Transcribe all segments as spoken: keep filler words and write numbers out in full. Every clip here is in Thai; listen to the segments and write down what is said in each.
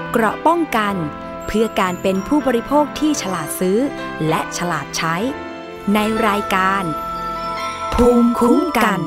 เกราะป้องกันเพื่อการเป็นผู้บริโภคที่ฉลาดซื้อและฉลาดใช้ในรายการภูมิคุ้มกัน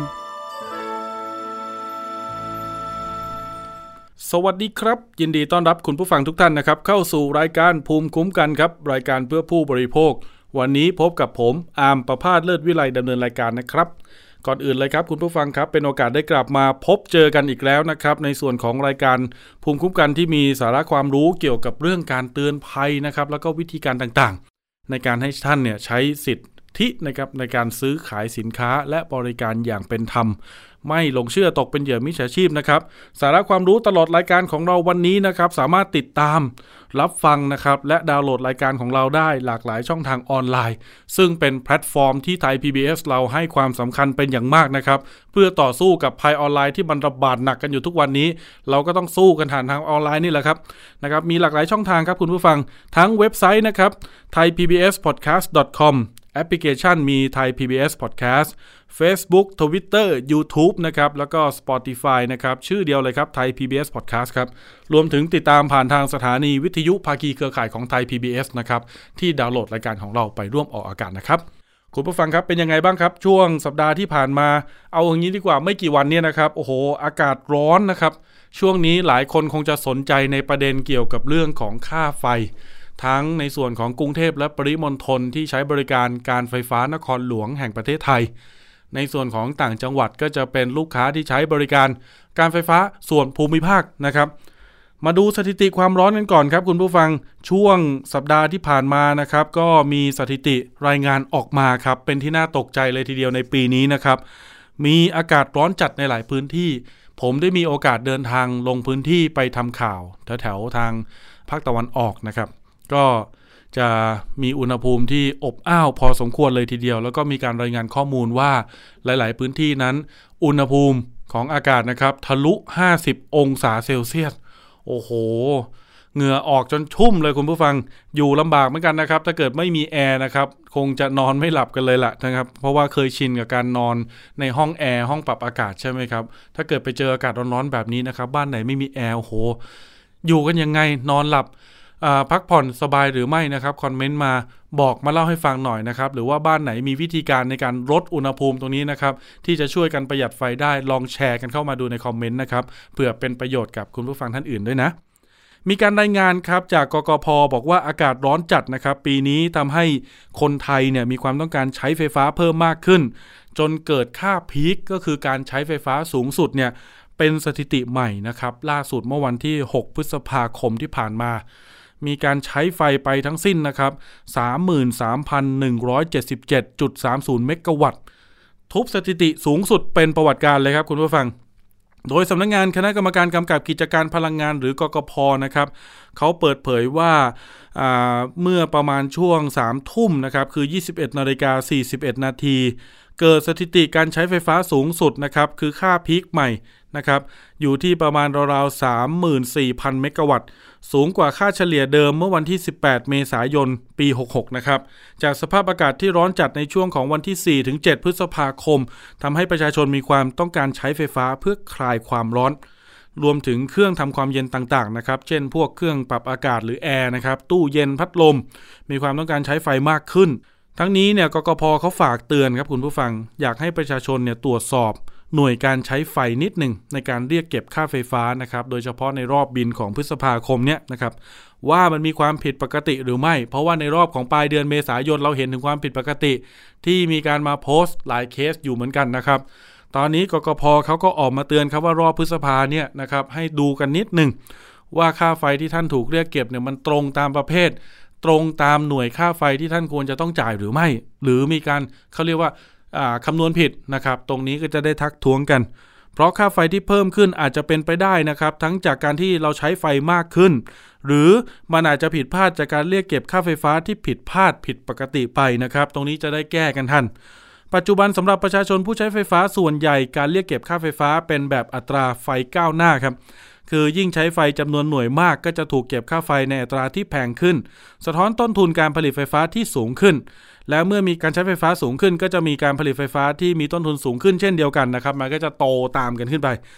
สวัสดีครับยินดีต้อนรับคุณผู้ฟังทุกท่านนะครับเข้าสู่รายการภูมิคุ้มกันครับรายการเพื่อผู้บริโภควันนี้พบกับผมอาร์มประภาสเลิศวิไลดำเนินรายการนะครับก่อนอื่นเลยครับคุณผู้ฟังครับเป็นโอกาสได้กลับมาพบเจอกันอีกแล้วนะครับในส่วนของรายการภูมิคุ้มกันที่มีสาระความรู้เกี่ยวกับเรื่องการเตือนภัยนะครับแล้วก็วิธีการต่างๆในการให้ท่านเนี่ยใช้สิทธินะครับในการซื้อขายสินค้าและบริการอย่างเป็นธรรมไม่หลงเชื่อตกเป็นเหยื่อมิจฉาชีพนะครับสาระความรู้ตลอดรายการของเราวันนี้นะครับสามารถติดตามรับฟังนะครับและดาวน์โหลดรายการของเราได้หลากหลายช่องทางออนไลน์ซึ่งเป็นแพลตฟอร์มที่ไทย พี บี เอส เราให้ความสำคัญเป็นอย่างมากนะครับเพื่อต่อสู้กับภัยออนไลน์ที่มันระบาดหนักกันอยู่ทุกวันนี้เราก็ต้องสู้กันผ่านทางออนไลน์นี่แหละครับนะครับมีหลากหลายช่องทางครับคุณผู้ฟังทั้งเว็บไซต์นะครับไทยพีบีเอสพอดแคสต์ ดอท คอม แอปพลิเคชันมี Thai พี บี เอส Podcast Facebook Twitter YouTube นะครับแล้วก็ Spotify นะครับชื่อเดียวเลยครับ Thai พี บี เอส Podcast ครับรวมถึงติดตามผ่านทางสถานีวิทยุภาคีเครือข่ายของ Thai พี บี เอส นะครับที่ดาวน์โหลดรายการของเราไปร่วมออกอากาศนะครับคุณผู้ฟังครับเป็นยังไงบ้างครับช่วงสัปดาห์ที่ผ่านมาเอาอย่างนี้ดีกว่าไม่กี่วันเนี่ยนะครับโอ้โหอากาศร้อนนะครับช่วงนี้หลายคนคงจะสนใจในประเด็นเกี่ยวกับเรื่องของค่าไฟทั้งในส่วนของกรุงเทพและปริมณฑลที่ใช้บริการการไฟฟ้านครหลวงแห่งประเทศไทยในส่วนของต่างจังหวัดก็จะเป็นลูกค้าที่ใช้บริการการไฟฟ้าส่วนภูมิภาคนะครับมาดูสถิติความร้อนกันก่อนครับคุณผู้ฟังช่วงสัปดาห์ที่ผ่านมานะครับก็มีสถิติรายงานออกมาครับเป็นที่น่าตกใจเลยทีเดียวในปีนี้นะครับมีอากาศร้อนจัดในหลายพื้นที่ผมได้มีโอกาสเดินทางลงพื้นที่ไปทำข่าวแถวๆทางภาคตะวันออกนะครับก็จะมีอุณหภูมิที่อบอ้าวพอสมควรเลยทีเดียวแล้วก็มีการรายงานข้อมูลว่าหลายๆพื้นที่นั้นอุณหภูมิของอากาศนะครับทะลุห้าสิบองศาเซลเซียสโอ้โหเหงื่อออกจนชุ่มเลยคุณผู้ฟังอยู่ลำบากเหมือนกันนะครับถ้าเกิดไม่มีแอร์นะครับคงจะนอนไม่หลับกันเลยล่ะนะครับเพราะว่าเคยชินกับการนอนในห้องแอร์ห้องปรับอากาศใช่ไหมครับถ้าเกิดไปเจออากาศร้อนๆแบบนี้นะครับบ้านไหนไม่มีแอร์โอ้โหอยู่กันยังไงนอนหลับพักผ่อนสบายหรือไม่นะครับคอมเมนต์มาบอกมาเล่าให้ฟังหน่อยนะครับหรือว่าบ้านไหนมีวิธีการในการลดอุณหภูมิตรงนี้นะครับที่จะช่วยกันประหยัดไฟได้ลองแชร์กันเข้ามาดูในคอมเมนต์นะครับเพื่อเป็นประโยชน์กับคุณผู้ฟังท่านอื่นด้วยนะมีการรายงานครับจากกกพ.บอกว่าอากาศร้อนจัดนะครับปีนี้ทำให้คนไทยเนี่ยมีความต้องการใช้ไฟฟ้าเพิ่มมากขึ้นจนเกิดค่าพีคก็คือการใช้ไฟฟ้าสูงสุดเนี่ยเป็นสถิติใหม่นะครับล่าสุดเมื่อวันที่หกพฤษภาคมที่ผ่านมามีการใช้ไฟไปทั้งสิ้นนะครับ สามหมื่นสามพันหนึ่งร้อยเจ็ดสิบเจ็ดจุดสามศูนย์ เมกะวัตต์ทุบสถิติสูงสุดเป็นประวัติการเลยครับคุณผู้ฟังโดยสำนักงานคณะกรรมการกำกับกิจการพลังงานหรือกกพ.นะครับเขาเปิดเผยว่าเมื่อประมาณช่วงสามทุ่มนะครับคือ ยี่สิบเอ็ดนาฬิกาสี่สิบเอ็ดนาทีเกิดสถิติการใช้ไฟฟ้าสูงสุดนะครับคือค่าพีคใหม่นะครับอยู่ที่ประมาณราวๆ สามหมื่นสี่พัน เมกะวัตต์สูงกว่าค่าเฉลี่ยเดิมเมื่อวันที่สิบแปดเมษายนปีหกสิบหกนะครับจากสภาพอากาศที่ร้อนจัดในช่วงของวันที่สี่ถึงเจ็ดพฤษภาคมทำให้ประชาชนมีความต้องการใช้ไฟฟ้าเพื่อคลายความร้อนรวมถึงเครื่องทำความเย็นต่างๆนะครับเช่นพวกเครื่องปรับอากาศหรือแอร์นะครับตู้เย็นพัดลมมีความต้องการใช้ไฟมากขึ้นทั้งนี้เนี่ยกกพ.เขาฝากเตือนครับคุณผู้ฟังอยากให้ประชาชนเนี่ยตรวจสอบหน่วยการใช้ไฟนิดหนึ่งในการเรียกเก็บค่าไฟฟ้านะครับโดยเฉพาะในรอบบินของพฤษภาคมเนี่ยนะครับว่ามันมีความผิดปกติหรือไม่เพราะว่าในรอบของปลายเดือนเมษายนเราเห็นถึงความผิดปกติที่มีการมาโพสต์หลายเคสอยู่เหมือนกันนะครับตอนนี้กกพ.เขาก็ออกมาเตือนครับว่ารอบพฤษภาเนี่ยนะครับให้ดูกันนิดหนึ่งว่าค่าไฟที่ท่านถูกเรียกเก็บเนี่ยมันตรงตามประเภทตรงตามหน่วยค่าไฟที่ท่านควรจะต้องจ่ายหรือไม่หรือมีการเขาเรียกว่าคำนวณผิดนะครับตรงนี้ก็จะได้ทักท้วงกันเพราะค่าไฟที่เพิ่มขึ้นอาจจะเป็นไปได้นะครับทั้งจากการที่เราใช้ไฟมากขึ้นหรือมันอาจจะผิดพลาดจากการเรียกเก็บค่าไฟฟ้าที่ผิดพลาดผิดปกติไปนะครับตรงนี้จะได้แก้กันทันปัจจุบันสำหรับประชาชนผู้ใช้ไฟฟ้าส่วนใหญ่การเรียกเก็บค่าไฟฟ้าเป็นแบบอัตราไฟก้าวหน้าครับคือยิ่งใช้ไฟจำนวนหน่วยมากก็จะถูกเก็บค่าไฟในอัตราที่แพงขึ้นสะท้อนต้นทุนการผลิตไฟฟ้าที่สูงขึ้นและเมื่อมีการใช้ไฟฟ้าสูงขึ้นก็จะมีการผลิตไฟฟ้าที่มีต้นทุนสูงขึ้นเช่นเดียวกันนะครับมันก็จะโตตามกันขึ้นไป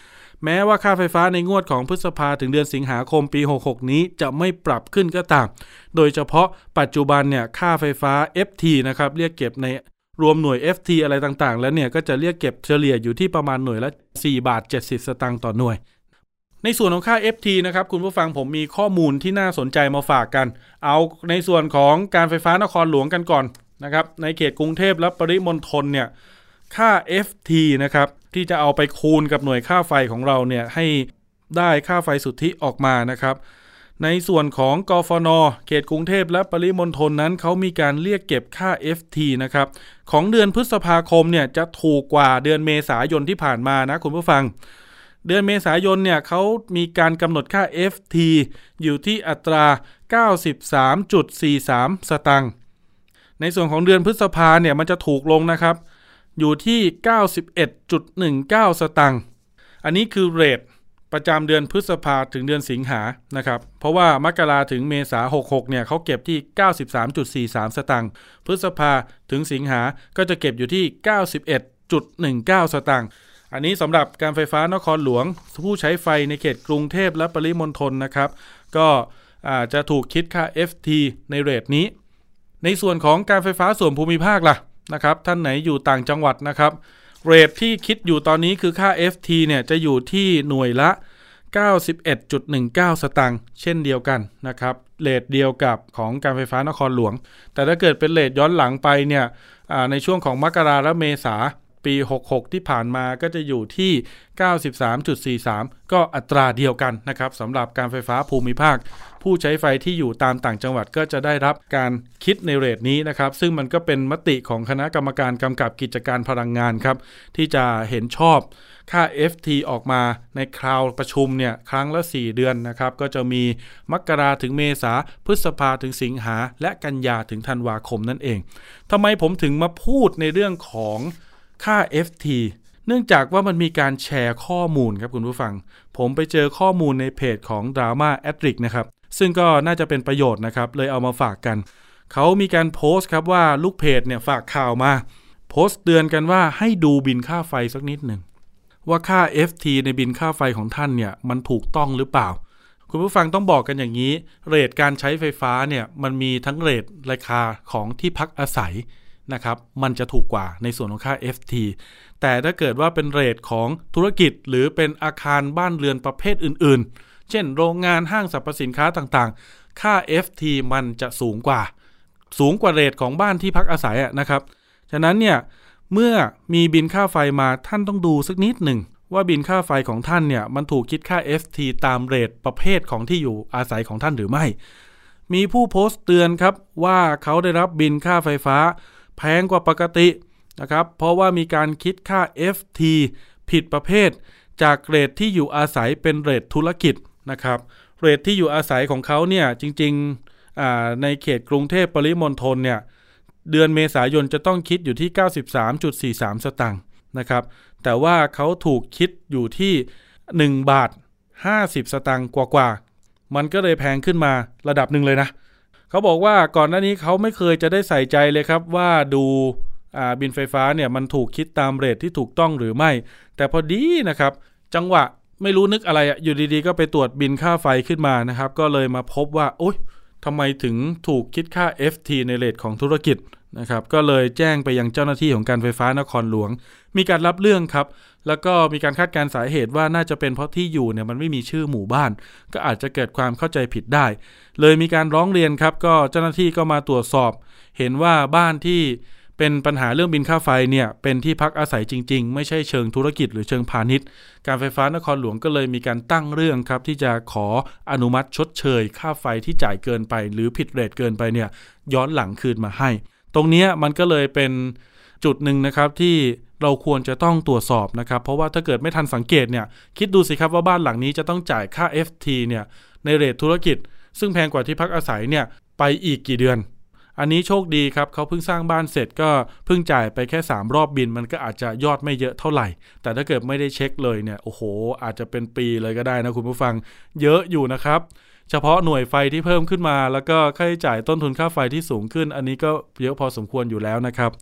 แม้ว่าค่าไฟฟ้าในงวดของพฤษภาถึงเดือนสิงหาคมปีหกสิบหกนี้จะไม่ปรับขึ้นก็ตามโดยเฉพาะปัจจุบันเนี่ยค่าไฟฟ้า เอฟ ที นะครับเรียกเก็บในรวมหน่วย เอฟ ที อะไรต่างๆแล้วเนี่ยก็จะเรียกเก็บเฉลี่ยอยู่ที่ประมาณหน่วยละสี่บาทเจ็ดสิบสตางค์ต่อหน่วยในส่วนของค่า เอฟ ที นะครับคุณผู้ฟังผมมีข้อมูลที่น่าสนใจมาฝากกันเอาในส่วนของการไฟฟ้านครหลวงกันก่อนนะครับในเขตกรุงเทพและปริมณฑลเนี่ยค่า เอฟ ที นะครับที่จะเอาไปคูณกับหน่วยค่าไฟของเราเนี่ยให้ได้ค่าไฟสุทธิออกมานะครับในส่วนของกฟน.เขตกรุงเทพและปริมณฑลนั้นเขามีการเรียกเก็บค่า เอฟ ที นะครับของเดือนพฤษภาคมเนี่ยจะถูกกว่าเดือนเมษายนที่ผ่านมานะคุณผู้ฟังเดือนเมษายนเนี่ยเขามีการกำหนดค่า เอฟ ที อยู่ที่อัตรา เก้าสิบสามจุดสี่สาม สตางค์ในส่วนของเดือนพฤษภาเนี่ยมันจะถูกลงนะครับอยู่ที่ เก้าสิบเอ็ดจุดหนึ่งเก้า สตางค์อันนี้คือเรทประจำเดือนพฤษภาถึงเดือนสิงหานะครับเพราะว่ามกราถึงเมษาหกสิบหกเนี่ยเขาเก็บที่ เก้าสิบสามจุดสี่สาม สตางค์พฤษภาถึงสิงหาก็จะเก็บอยู่ที่ เก้าสิบเอ็ดจุดหนึ่งเก้า สตางค์อันนี้สำหรับการไฟฟ้านครหลวงผู้ใช้ไฟในเขตกรุงเทพและปริมณฑลนะครับก็อาจจะถูกคิดค่า เอฟ ที ในเรทนี้ในส่วนของการไฟฟ้าส่วนภูมิภาคล่ะนะครับท่านไหนอยู่ต่างจังหวัดนะครับเรทที่คิดอยู่ตอนนี้คือค่า เอฟ ที เนี่ยจะอยู่ที่หน่วยละ เก้าสิบเอ็ดจุดหนึ่งเก้า สตางค์เช่นเดียวกันนะครับเรทเดียวกับของการไฟฟ้านครหลวงแต่ถ้าเกิดเป็นเรทย้อนหลังไปเนี่ยในช่วงของมกราและเมษาปีหกสิบหกที่ผ่านมาก็จะอยู่ที่ เก้าสิบสามจุดสี่สาม ก็อัตราเดียวกันนะครับสำหรับการไฟฟ้าภูมิภาคผู้ใช้ไฟที่อยู่ตามต่างจังหวัดก็จะได้รับการคิดในเรทนี้นะครับซึ่งมันก็เป็นมติของคณะกรรมการกำกับกิจการพลังงานครับที่จะเห็นชอบค่า เอฟ ที ออกมาในคราวประชุมเนี่ยครั้งละสี่เดือนนะครับก็จะมีมกราถึงเมษาพฤษภาถึงสิงหาและกันยาถึงธันวาคมนั่นเองทำไมผมถึงมาพูดในเรื่องของค่า เอฟ ที เนื่องจากว่ามันมีการแชร์ข้อมูลครับคุณผู้ฟังผมไปเจอข้อมูลในเพจของ Drama Addict นะครับซึ่งก็น่าจะเป็นประโยชน์นะครับเลยเอามาฝากกันเขามีการโพสต์ครับว่าลูกเพจเนี่ยฝากข่าวมาโพสต์เตือนกันว่าให้ดูบิลค่าไฟสักนิดหนึ่งว่าค่า เอฟ ที ในบิลค่าไฟของท่านเนี่ยมันถูกต้องหรือเปล่าคุณผู้ฟังต้องบอกกันอย่างนี้เรทการใช้ไฟฟ้าเนี่ยมันมีทั้งเรทราคาของที่พักอาศัยนะครับมันจะถูกกว่าในส่วนของค่า เอฟ ที แต่ถ้าเกิดว่าเป็นเรทของธุรกิจหรือเป็นอาคารบ้านเรือนประเภทอื่นๆเช่นโรงงานห้างสรรพสินค้าต่างๆค่า เอฟ ที มันจะสูงกว่าสูงกว่าเรทของบ้านที่พักอาศัยนะครับฉะนั้นเนี่ยเมื่อมีบิลค่าไฟมาท่านต้องดูสักนิดหนึ่งว่าบิลค่าไฟของท่านเนี่ยมันถูกคิดค่า เอฟ ที ตามเรทประเภทของที่อยู่อาศัยของท่านหรือไม่มีผู้โพสต์เตือนครับว่าเขาได้รับบิลค่าไฟฟ้าแพงกว่าปกตินะครับเพราะว่ามีการคิดค่า เอฟ ที ผิดประเภทจากเรทที่อยู่อาศัยเป็นเรทธุรกิจนะครับเรทที่อยู่อาศัยของเขาเนี่ยจริงๆในเขตกรุงเทพปริมณฑลเนี่ยเดือนเมษายนจะต้องคิดอยู่ที่ เก้าสิบสามจุดสี่สาม สตางค์นะครับแต่ว่าเขาถูกคิดอยู่ที่หนึ่งบาทห้าสิบสตางค์กว่าๆมันก็เลยแพงขึ้นมาระดับหนึ่งเลยนะเขาบอกว่าก่อนหน้านี้เขาไม่เคยจะได้ใส่ใจเลยครับว่าดูบิลไฟฟ้าเนี่ยมันถูกคิดตามเรทที่ถูกต้องหรือไม่แต่พอดีนะครับจังหวะไม่รู้นึกอะไรอ่ะอยู่ดีๆก็ไปตรวจบิลค่าไฟขึ้นมานะครับก็เลยมาพบว่าโอ๊ยทำไมถึงถูกคิดค่า เอฟ ที ในเรทของธุรกิจนะครับก็เลยแจ้งไปยังเจ้าหน้าที่ของการไฟฟ้านครหลวงมีการรับเรื่องครับแล้วก็มีการคาดการณ์สาเหตุว่าน่าจะเป็นเพราะที่อยู่เนี่ยมันไม่มีชื่อหมู่บ้านก็อาจจะเกิดความเข้าใจผิดได้เลยมีการร้องเรียนครับก็เจ้าหน้าที่ก็มาตรวจสอบเห็นว่าบ้านที่เป็นปัญหาเรื่องบิลค่าไฟเนี่ยเป็นที่พักอาศัยจริงๆไม่ใช่เชิงธุรกิจหรือเชิงพาณิชย์การไฟฟ้านครหลวงก็เลยมีการตั้งเรื่องครับที่จะขออนุมัติชดเชยค่าไฟที่จ่ายเกินไปหรือผิดเรทเกินไปเนี่ยย้อนหลังคืนมาให้ตรงนี้มันก็เลยเป็นจุดหนึ่งนะครับที่เราควรจะต้องตรวจสอบนะครับเพราะว่าถ้าเกิดไม่ทันสังเกตเนี่ยคิดดูสิครับว่าบ้านหลังนี้จะต้องจ่ายค่า เอฟ ที เนี่ยในเรทธุรกิจซึ่งแพงกว่าที่พักอาศัยเนี่ยไปอีกกี่เดือนอันนี้โชคดีครับเขาเพิ่งสร้างบ้านเสร็จก็เพิ่งจ่ายไปแค่สามรอบบินมันก็อาจจะยอดไม่เยอะเท่าไหร่แต่ถ้าเกิดไม่ได้เช็คเลยเนี่ยโอ้โหอาจจะเป็นปีเลยก็ได้นะคุณผู้ฟังเยอะอยู่นะครับเฉพาะหน่วยไฟที่เพิ่มขึ้นมาแล้วก็ค่าใช้จ่ายต้นทุนค่าไฟที่สูงขึ้นอันนี้ก็เยอะพอสมควรอยู่แล้วนะครับ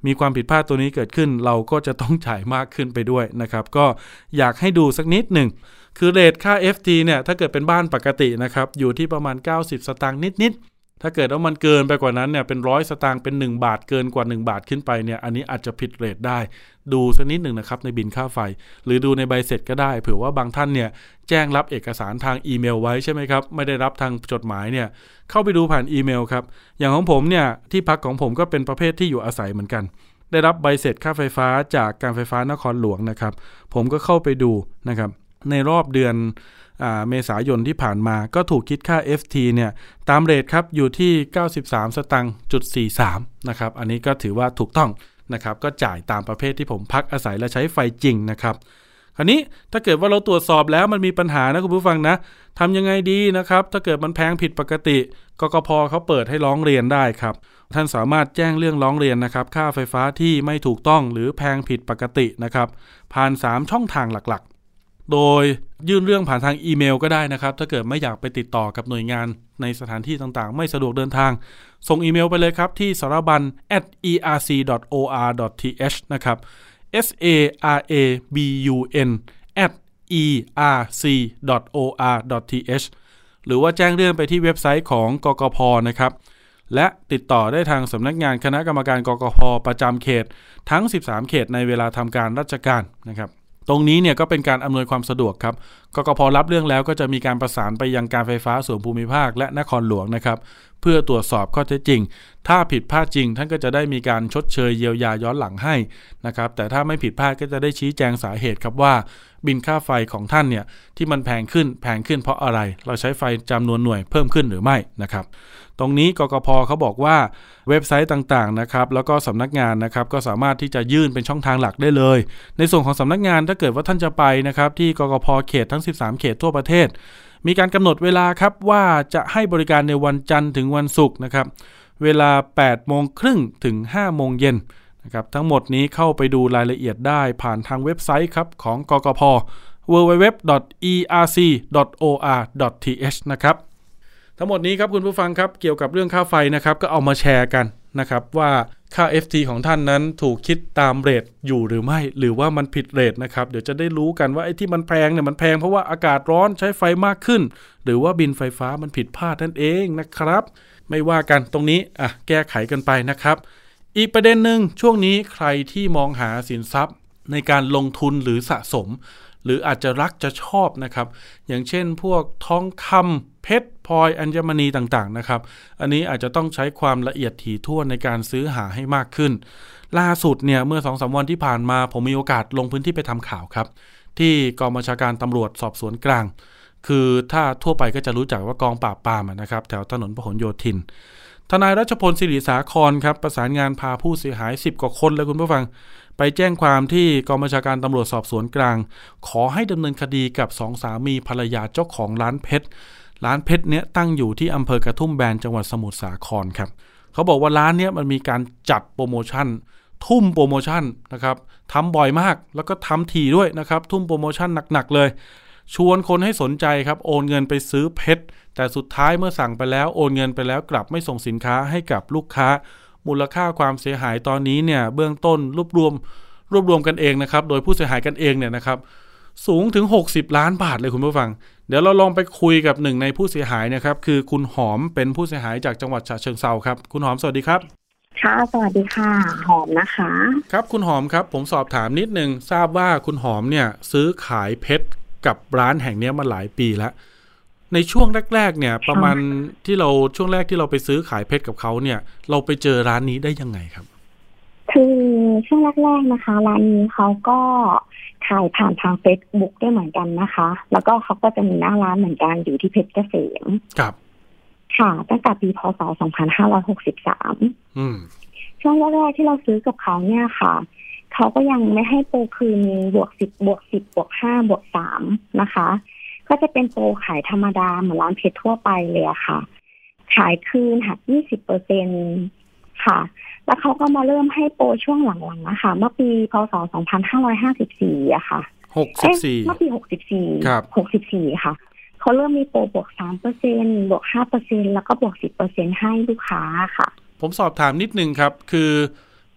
มีความผิดพลาดตัวนี้เกิดขึ้นเราก็จะต้องจ่ายมากขึ้นไปด้วยนะครับก็อยากให้ดูสักนิดหนึ่งคือเรทค่า เอฟ ที เนี่ยถ้าเกิดเป็นบ้านปกตินะครับอยู่ที่ประมาณเก้าสิบสตางค์นิดๆถ้าเกิดว่ามันเกินไปกว่านั้นเนี่ยเป็นหนึ่งร้อยสตางค์เป็นหนึ่งบาทเกินกว่าหนึ่งบาทขึ้นไปเนี่ยอันนี้อาจจะผิดเรทได้ดูสักนิดหนึ่งนะครับในบิลค่าไฟหรือดูในใบเสร็จก็ได้เผื่อว่าบางท่านเนี่ยแจ้งรับเอกสารทางอีเมลไว้ใช่ไหมครับไม่ได้รับทางจดหมายเนี่ยเข้าไปดูผ่านอีเมลครับอย่างของผมเนี่ยที่พักของผมก็เป็นประเภทที่อยู่อาศัยเหมือนกันได้รับใบเสร็จค่าไฟฟ้าจากการไฟฟ้านครหลวงนะครับผมก็เข้าไปดูนะครับในรอบเดือนเมษายนที่ผ่านมาก็ถูกคิดค่า เอฟ ที เนี่ยตามเรทครับอยู่ที่เก้าสิบสามสตางค์จุดสี่สามนะครับอันนี้ก็ถือว่าถูกต้องนะครับก็จ่ายตามประเภทที่ผมพักอาศัยและใช้ไฟจริงนะครับคราวนี้ถ้าเกิดว่าเราตรวจสอบแล้วมันมีปัญหานะคุณผู้ฟังนะทำยังไงดีนะครับถ้าเกิดมันแพงผิดปกติกกพ.เขาเปิดให้ร้องเรียนได้ครับท่านสามารถแจ้งเรื่องร้องเรียนนะครับค่าไฟฟ้าที่ไม่ถูกต้องหรือแพงผิดปกตินะครับผ่านสามช่องทางหลักๆโดยยื่นเรื่องผ่านทางอีเมลก็ได้นะครับถ้าเกิดไม่อยากไปติดต่อกับหน่วยงานในสถานที่ต่างๆไม่สะดวกเดินทางส่งอีเมลไปเลยครับที่สารบัญ แอท อี อาร์ ซี ดอท โอ อาร์ ดอท ที เอช นะครับ เอส เอ อาร์ เอ บี ยู เอ็น แอท อี อาร์ ซี ดอท โอ อาร์ ดอท ที เอช หรือว่าแจ้งเรื่องไปที่เว็บไซต์ของกกพ.นะครับและติดต่อได้ทางสำนักงานคณะกรรมการกกพ.ประจำเขตทั้งสิบสามเขตในเวลาทำการราชการนะครับตรงนี้เนี่ยก็เป็นการอำนวยความสะดวกครับกกพ.รับเรื่องแล้วก็จะมีการประสานไปยังการไฟฟ้าส่วนภูมิภาคและนครหลวงนะครับเพื่อตรวจสอบข้อเท็จจริงถ้าผิดพลาดจริงท่านก็จะได้มีการชดเชยเยียวยาย้อนหลังให้นะครับแต่ถ้าไม่ผิดพลาดก็จะได้ชี้แจงสาเหตุครับว่าบิลค่าไฟของท่านเนี่ยที่มันแพงขึ้นแพงขึ้นเพราะอะไรเราใช้ไฟจำนวนหน่วยเพิ่มขึ้นหรือไม่นะครับตรงนี้กกพ.เขาบอกว่าเว็บไซต์ต่างๆนะครับแล้วก็สำนักงานนะครับก็สามารถที่จะยื่นเป็นช่องทางหลักได้เลยในส่วนของสำนักงานถ้าเกิดว่าท่านจะไปนะครับที่กกพ.เขตทั้งสิบสามเขตทั่วประเทศมีการกำหนดเวลาครับว่าจะให้บริการในวันจันทร์ถึงวันศุกร์นะครับเวลา แปดโมงครึ่งถึง ห้าโมงเย็นนะครับทั้งหมดนี้เข้าไปดูรายละเอียดได้ผ่านทางเว็บไซต์ครับของกกพ ดับเบิลยู ดับเบิลยู ดับเบิลยู ดอท อี อาร์ ซี ดอท โอ อาร์ ดอท ที เอช นะครับทั้งหมดนี้ครับคุณผู้ฟังครับเกี่ยวกับเรื่องค่าไฟนะครับก็เอามาแชร์กันนะครับว่าค่า เอฟ ที ของท่านนั้นถูกคิดตามเรทอยู่หรือไม่หรือว่ามันผิดเรทนะครับเดี๋ยวจะได้รู้กันว่าไอ้ที่มันแพงเนี่ยมันแพงเพราะว่าอากาศร้อนใช้ไฟมากขึ้นหรือว่าบิลไฟฟ้ามันผิดพลาดนั่นเองนะครับไม่ว่ากันตรงนี้อ่ะแก้ไขกันไปนะครับอีกประเด็นหนึ่งช่วงนี้ใครที่มองหาสินทรัพย์ในการลงทุนหรือสะสมหรืออาจจะรักจะชอบนะครับอย่างเช่นพวกทองคำเพชรพลอยอัญมณีต่างๆนะครับอันนี้อาจจะต้องใช้ความละเอียดถี่ถ้วนในการซื้อหาให้มากขึ้นล่าสุดเนี่ยเมื่อ สองถึงสาม วันที่ผ่านมาผมมีโอกาสลงพื้นที่ไปทำข่าวครับที่กองบัญชาการตำรวจสอบสวนกลางคือถ้าทั่วไปก็จะรู้จักว่ากองปราบปรามนะครับแถวถนนพหลโยธินทนายรัชพลศิริสาครครับประสานงานพาผู้เสียหายสิบกว่าคนเลยคุณผู้ฟังไปแจ้งความที่กองบัญชาการตำรวจสอบสวนกลางขอให้ดำเนินคดีกับสองสามีภรรยาเจ้าของร้านเพชรร้านเพชรเนี้ยตั้งอยู่ที่อำเภอกระทุ่มแบนจังหวัดสมุทรสาครครับเขาบอกว่าร้านเนี้ยมันมีการจัดโปรโมชั่นทุ่มโปรโมชั่นนะครับทำบ่อยมากแล้วก็ทำถี่ด้วยนะครับทุ่มโปรโมชั่นหนักๆเลยชวนคนให้สนใจครับโอนเงินไปซื้อเพชรแต่สุดท้ายเมื่อสั่งไปแล้วโอนเงินไปแล้วกลับไม่ส่งสินค้าให้กับลูกค้ามูลค่าความเสียหายตอนนี้เนี่ยเบื้องต้นรวบรวมรวบรวมกันเองนะครับโดยผู้เสียหายกันเองเนี่ยนะครับสูงถึงหกสิบล้านบาทเลยคุณผู้ฟังเดี๋ยวเราลองไปคุยกับหนึ่งในผู้เสียหายนะครับคือคุณหอมเป็นผู้เสียหายจากจังหวัดฉะเชิงเทราครับคุณหอมสวัสดีครับค่ะสวัสดีค่ะหอมนะคะครับคุณหอมครับผมสอบถามนิดนึงทราบว่าคุณหอมเนี่ยซื้อขายเพชรกับร้านแห่งนี้มาหลายปีแล้วในช่วงแรกๆเนี่ยประมาณที่เราช่วงแรกที่เราไปซื้อขายเพชรกับเขาเนี่ยเราไปเจอร้านนี้ได้ยังไงครับคือช่วงแรกๆนะคะร้านนี้เขาก็ขายผ่านทาง Facebook ได้เหมือนกันนะคะแล้วก็เขาก็จะมีหน้าร้านเหมือนกันอยู่ที่เพชรเกษมครับค่ะตั้งแต่ปีพ.ศ. สองพันห้าร้อยหกสิบสามอืมช่วงแรกๆที่เราซื้อกับเขาเนี่ยค่ะเขาก็ยังไม่ให้โปรคืนบวกสิบบวกสิบบวกห้าบวกสามนะคะก็จะเป็นโปรขายธรรมดาเหมือนร้านเพชรทั่วไปเลยอะค่ะขายคืนหัก ยี่สิบเปอร์เซ็นต์ ค่ะแล้วเขาก็มาเริ่มให้โปรช่วงหลังๆนะคะเมื่อปีพ.ศ. สองพันห้าร้อยห้าสิบสี่อะค่ะหกสิบสี่เมื่อปีหกสิบสี่ครับหกสิบสี่ค่ะเขาเริ่มมีโปรบวก สามเปอร์เซ็นต์ บวก ห้าเปอร์เซ็นต์ แล้วก็บวก สิบเปอร์เซ็นต์ ให้ลูกค้าค่ะผมสอบถามนิดนึงครับคือ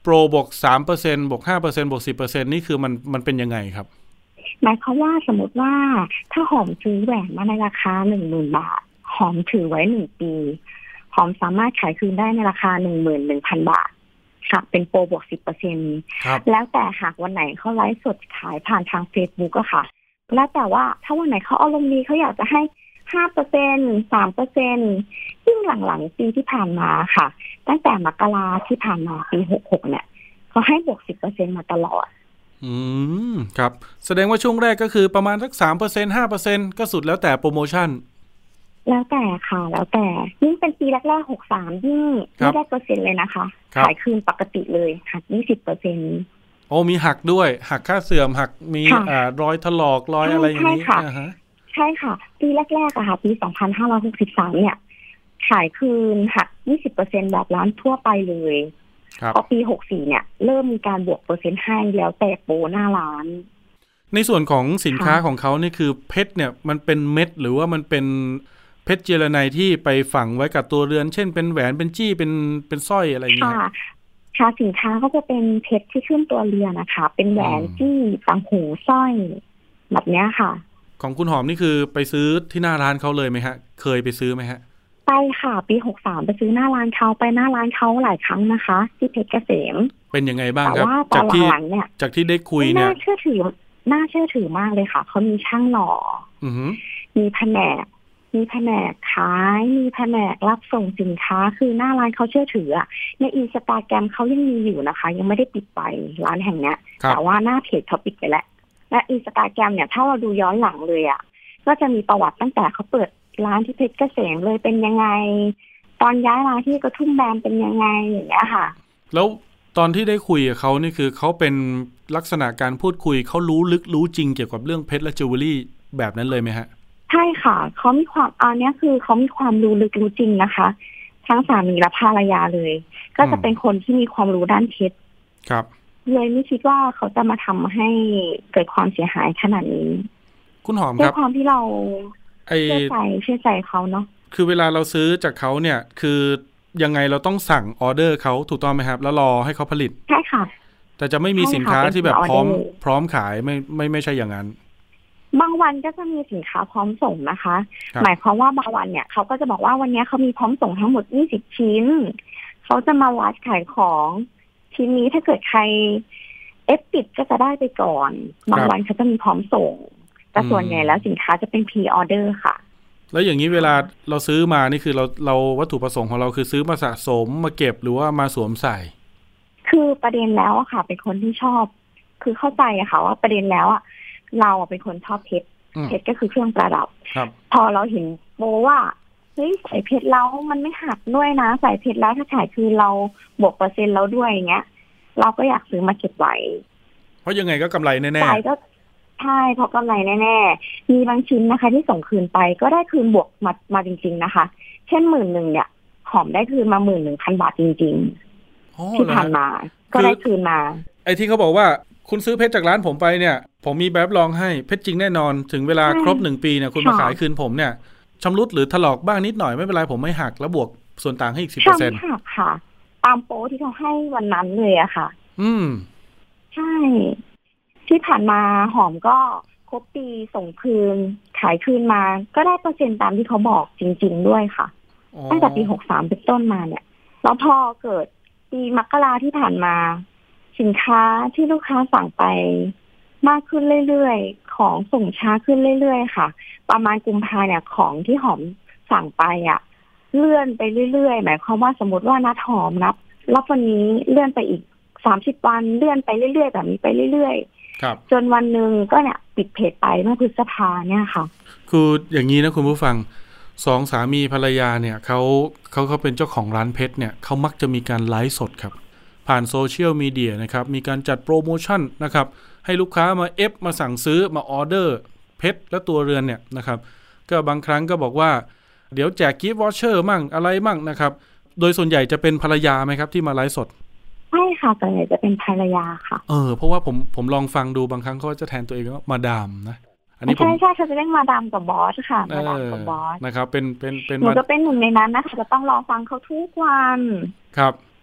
โปรบวก สามเปอร์เซ็นต์ บวก ห้าเปอร์เซ็นต์ บวก สิบเปอร์เซ็นต์ นี่คือมันมันเป็นยังไงครับหมายความว่าสมมติว่าถ้าหอมซื้อแหวนมาในราคา หนึ่งหมื่น บาทหอมถือไว้หนึ่งปีหอมสามารถขายคืนได้ในราคา หนึ่งหมื่นหนึ่งพัน บาทค่ะเป็นโปรบวก สิบเปอร์เซ็นต์ แล้วแต่หากวันไหนเขาไลฟ์สดขายผ่านทาง Facebook ก็ค่ะแล้วแต่ว่าถ้าวันไหนเขาอารมณ์ดีเขาอยากจะให้ ห้าเปอร์เซ็นต์ สามเปอร์เซ็นต์ ซึ่งหลังๆปีที่ผ่านมาค่ะตั้งแต่มกราที่ผ่านมาปีหกสิบหกเนี่ยเขาให้บวก สิบเปอร์เซ็นต์ มาตลอดอืมครับแสดงว่าช่วงแรกก็คือประมาณสัก สามเปอร์เซ็นต์ ห้าเปอร์เซ็นต์ ก็สุดแล้วแต่โปรโมชั่นแล้วแต่ค่ะแล้วแต่ยิ่งเป็นปีแรกๆหกสิบสามยิ่งไม่ได้เปอร์เซ็นต์เลยนะคะขายคืนปกติเลยหัก ยี่สิบเปอร์เซ็นต์โอ้มีหักด้วยหักค่าเสื่อมหักมีอ่ารอยถลอกรอยอะไรอย่างนี้อ่าฮะใช่ค่ะปีแรกๆอะค่ะปีสองพันห้าร้อยหกสิบสามเนี่ยขายคืนหัก ยี่สิบเปอร์เซ็นต์ แบบร้านทั่วไปเลยพอปีหกสิบสี่เนี่ยเริ่มมีการบวกเปอร์เซ็นต์ให้แล้วแต่โปรหน้าร้านในส่วนของสินค้าของเขานี่คือเพชรเนี่ยมันเป็นเม็ดหรือว่ามันเป็นเพชรเจลไนที่ไปฝังไว้กับตัวเรือนเช่นเป็นแหวนเป็นจี้เป็นเป็นสร้อยอะไรอย่างเงี้ยค่ะค่ะสินค้าก็จะเป็นเพชรที่ขึ้นตัวเรือนนะคะเป็นแหวนจี้ต่างหูสร้อยแบบเนี้ยค่ะของคุณหอมนี่คือไปซื้อที่หน้าร้านเขาเลยไหมฮะเคยไปซื้อไหมฮะไปค่ะปีหกสิบสามไปซื้อหน้าร้านเขาไปหน้าร้านเขาหลายครั้งนะคะที่เพชรเกษมเป็นยังไงบ้างครับจากที่จากที่ได้คุยเนี่ยน่าเชื่อถือน่าเชื่อถือมากเลยค่ะเขามีช่างหล่อมีแผนกมีแผนกขายมีแผนกรับส่งสินค้าคือหน้าร้านเขาเชื่อถืออ่ะในอินสตาแกรมเขายังมีอยู่นะคะยังไม่ได้ปิดไปร้านแห่งเนี้ยแต่ว่าหน้าเพจเขาปิดไปแล้วและอินสตาแกรมเนี่ยถ้าเราดูย้อนหลังเลยอ่ะก็จะมีประวัติตั้งแต่เขาเปิดร้านที่เพชรเกษมเลยเป็นยังไงตอนย้ายมาที่กระทุ่มแบนเป็นยังไงอย่างเงี้ยค่ะแล้วตอนที่ได้คุยกับเขานี่คือเขาเป็นลักษณะการพูดคุยเขารู้ลึกรู้จริงเกี่ยวกับเรื่องเพชรและจิวเวลรี่แบบนั้นเลยไหมฮะใช่ค่ะเขามีความอันนี้คือเขามีความรู้ลึกรู้จริงนะคะทั้งสามีและภรรยาเลยก็จะเป็นคนที่มีความรู้ด้านเพชรครับเลยไม่คิดว่าเขาจะมาทำให้เกิดความเสียหายขนาดนี้คุณหอมครับด้วยความที่เราเชื่อใจเชื่อใจเขาเนาะคือเวลาเราซื้อจากเขาเนี่ยคือยังไงเราต้องสั่งออเดอร์เขาถูกต้องไหมครับแล้วรอให้เขาผลิตใช่ค่ะแต่จะไม่มีสินค้าที่แบบพร้อมพร้อมขายไม่ไม่ไม่ใช่อย่างนั้นบางวันก็จะมีสินค้าพร้อมส่งนะคะหมายความว่าบางวันเนี่ยเขาก็จะบอกว่าวันนี้เขามีพร้อมส่งทั้งหมดยี่สิบชิ้นเขาจะมาวัดขายของชิ้นนี้ถ้าเกิดใครเอฟปิดก็จะได้ไปก่อนบางวันเขาจะมีพร้อมส่งแต่ส่วนใหญ่แล้วสินค้าจะเป็นพรีออเดอร์ค่ะแล้วอย่างนี้เวลาเราซื้อมานี่คือเราเราวัตถุประสงค์ของเราคือซื้อมาสะสมมาเก็บหรือว่ามาสวมใส่คือประเด็นแล้วอะค่ะเป็นคนที่ชอบคือเข้าใจอะค่ะว่าประเด็นแล้วอะเราเป็นคนชอบเพชรเพชรก็คือเครื่องประดับพอเราเห็นโบว่าเฮ้ยใส่เพชรแล้วมันไม่หักด้วยนะใส่เพชรแล้วถ้าขายคือเราบวกเปอร์เซ็นต์แล้วด้วยอย่างเงี้ยเราก็อยากซื้อมาเก็บไว้เพราะยังไงก็กำไรแน่ๆใช่ก็ใช่เพราะกำไรแน่ๆมีบางชิ้นนะคะที่ส่งคืนไปก็ได้คืนบวกมามาจริงๆนะคะเช่นหมื่นหนึ่งเนี่ยหอมได้คืนมาหมื่นหนึ่งพันบาทจริงๆที่ผ่านมาก็ได้คืนมาไอ้ที่เขาบอกว่าคุณซื้อเพชรจากร้านผมไปเนี่ยผมมีแบบลองให้เพชรจริงแน่นอนถึงเวลาครบหนึ่งปีเนี่ยคุณมาขายคืนผมเนี่ยชำรุดหรือถลอกบ้างนิดหน่อยไม่เป็นไรผมไม่หักแล้วบวกส่วนต่างให้อีก สิบเปอร์เซ็นต์หักค่ะตามโป๊ที่เขาให้วันนั้นเลยอะค่ะอืมใช่ที่ผ่านมาหอมก็ครบปีส่งคืนขายคืนมาก็ได้เปอร์เซ็นต์ตามที่เขาบอกจริงๆด้วยค่ะตั้งแต่ปีหกสิบสามเป็นต้นมาเนี่ยแล้วพอเกิดปีมกราที่ผ่านมาสินค้าที่ลูกค้าสั่งไปมากขึ้นเรื่อยๆของส่งช้าขึ้นเรื่อยๆค่ะประมาณกุมภาเนี่ยของที่หอมสั่งไปอ่ะเลื่อนไปเรื่อยๆหมายความว่าสมมติว่านัดหอมนับรับวันนี้เลื่อนไปอีกสามสิบวันเลื่อนไปเรื่อยๆแบบนี้ไปเรื่อยๆจนวันนึงก็เนี่ยปิดเพจไปเมื่อพฤษภาเนี่ยค่ะคืออย่างนี้นะคุณผู้ฟังสองสามีภรรยาเนี่ยเขาเขาเขาเป็นเจ้าของร้านเพชรเนี่ยเขามักจะมีการไลฟ์สดครับผ่านโซเชียลมีเดียนะครับมีการจัดโปรโมชั่นนะครับให้ลูกค้ามาเอฟมาสั่งซื้อมาออเดอร์เพชรและตัวเรือนเนี่ยนะครับก็บางครั้งก็บอกว่าเดี๋ยวแจกกิฟต์วอเชอร์มั่งอะไรมั่งนะครับโดยส่วนใหญ่จะเป็นภรรยาไหมครับที่มาไลฟ์สดใช่ค่ะส่วนใหญ่จะเป็นภรรยาค่ะเออเพราะว่าผมผมลองฟังดูบางครั้งเขาจะแทนตัวเองว่ามาดามนะอันนี้ใช่ใช่เขาจะเรียกมาดามกับบอสค่ะมาดามกับบอสนะครับเป็นเป็นเป็นหนูก็เป็นหนึ่งในนั้นนะคะจะต้องรอฟังเขาทุกวันครับ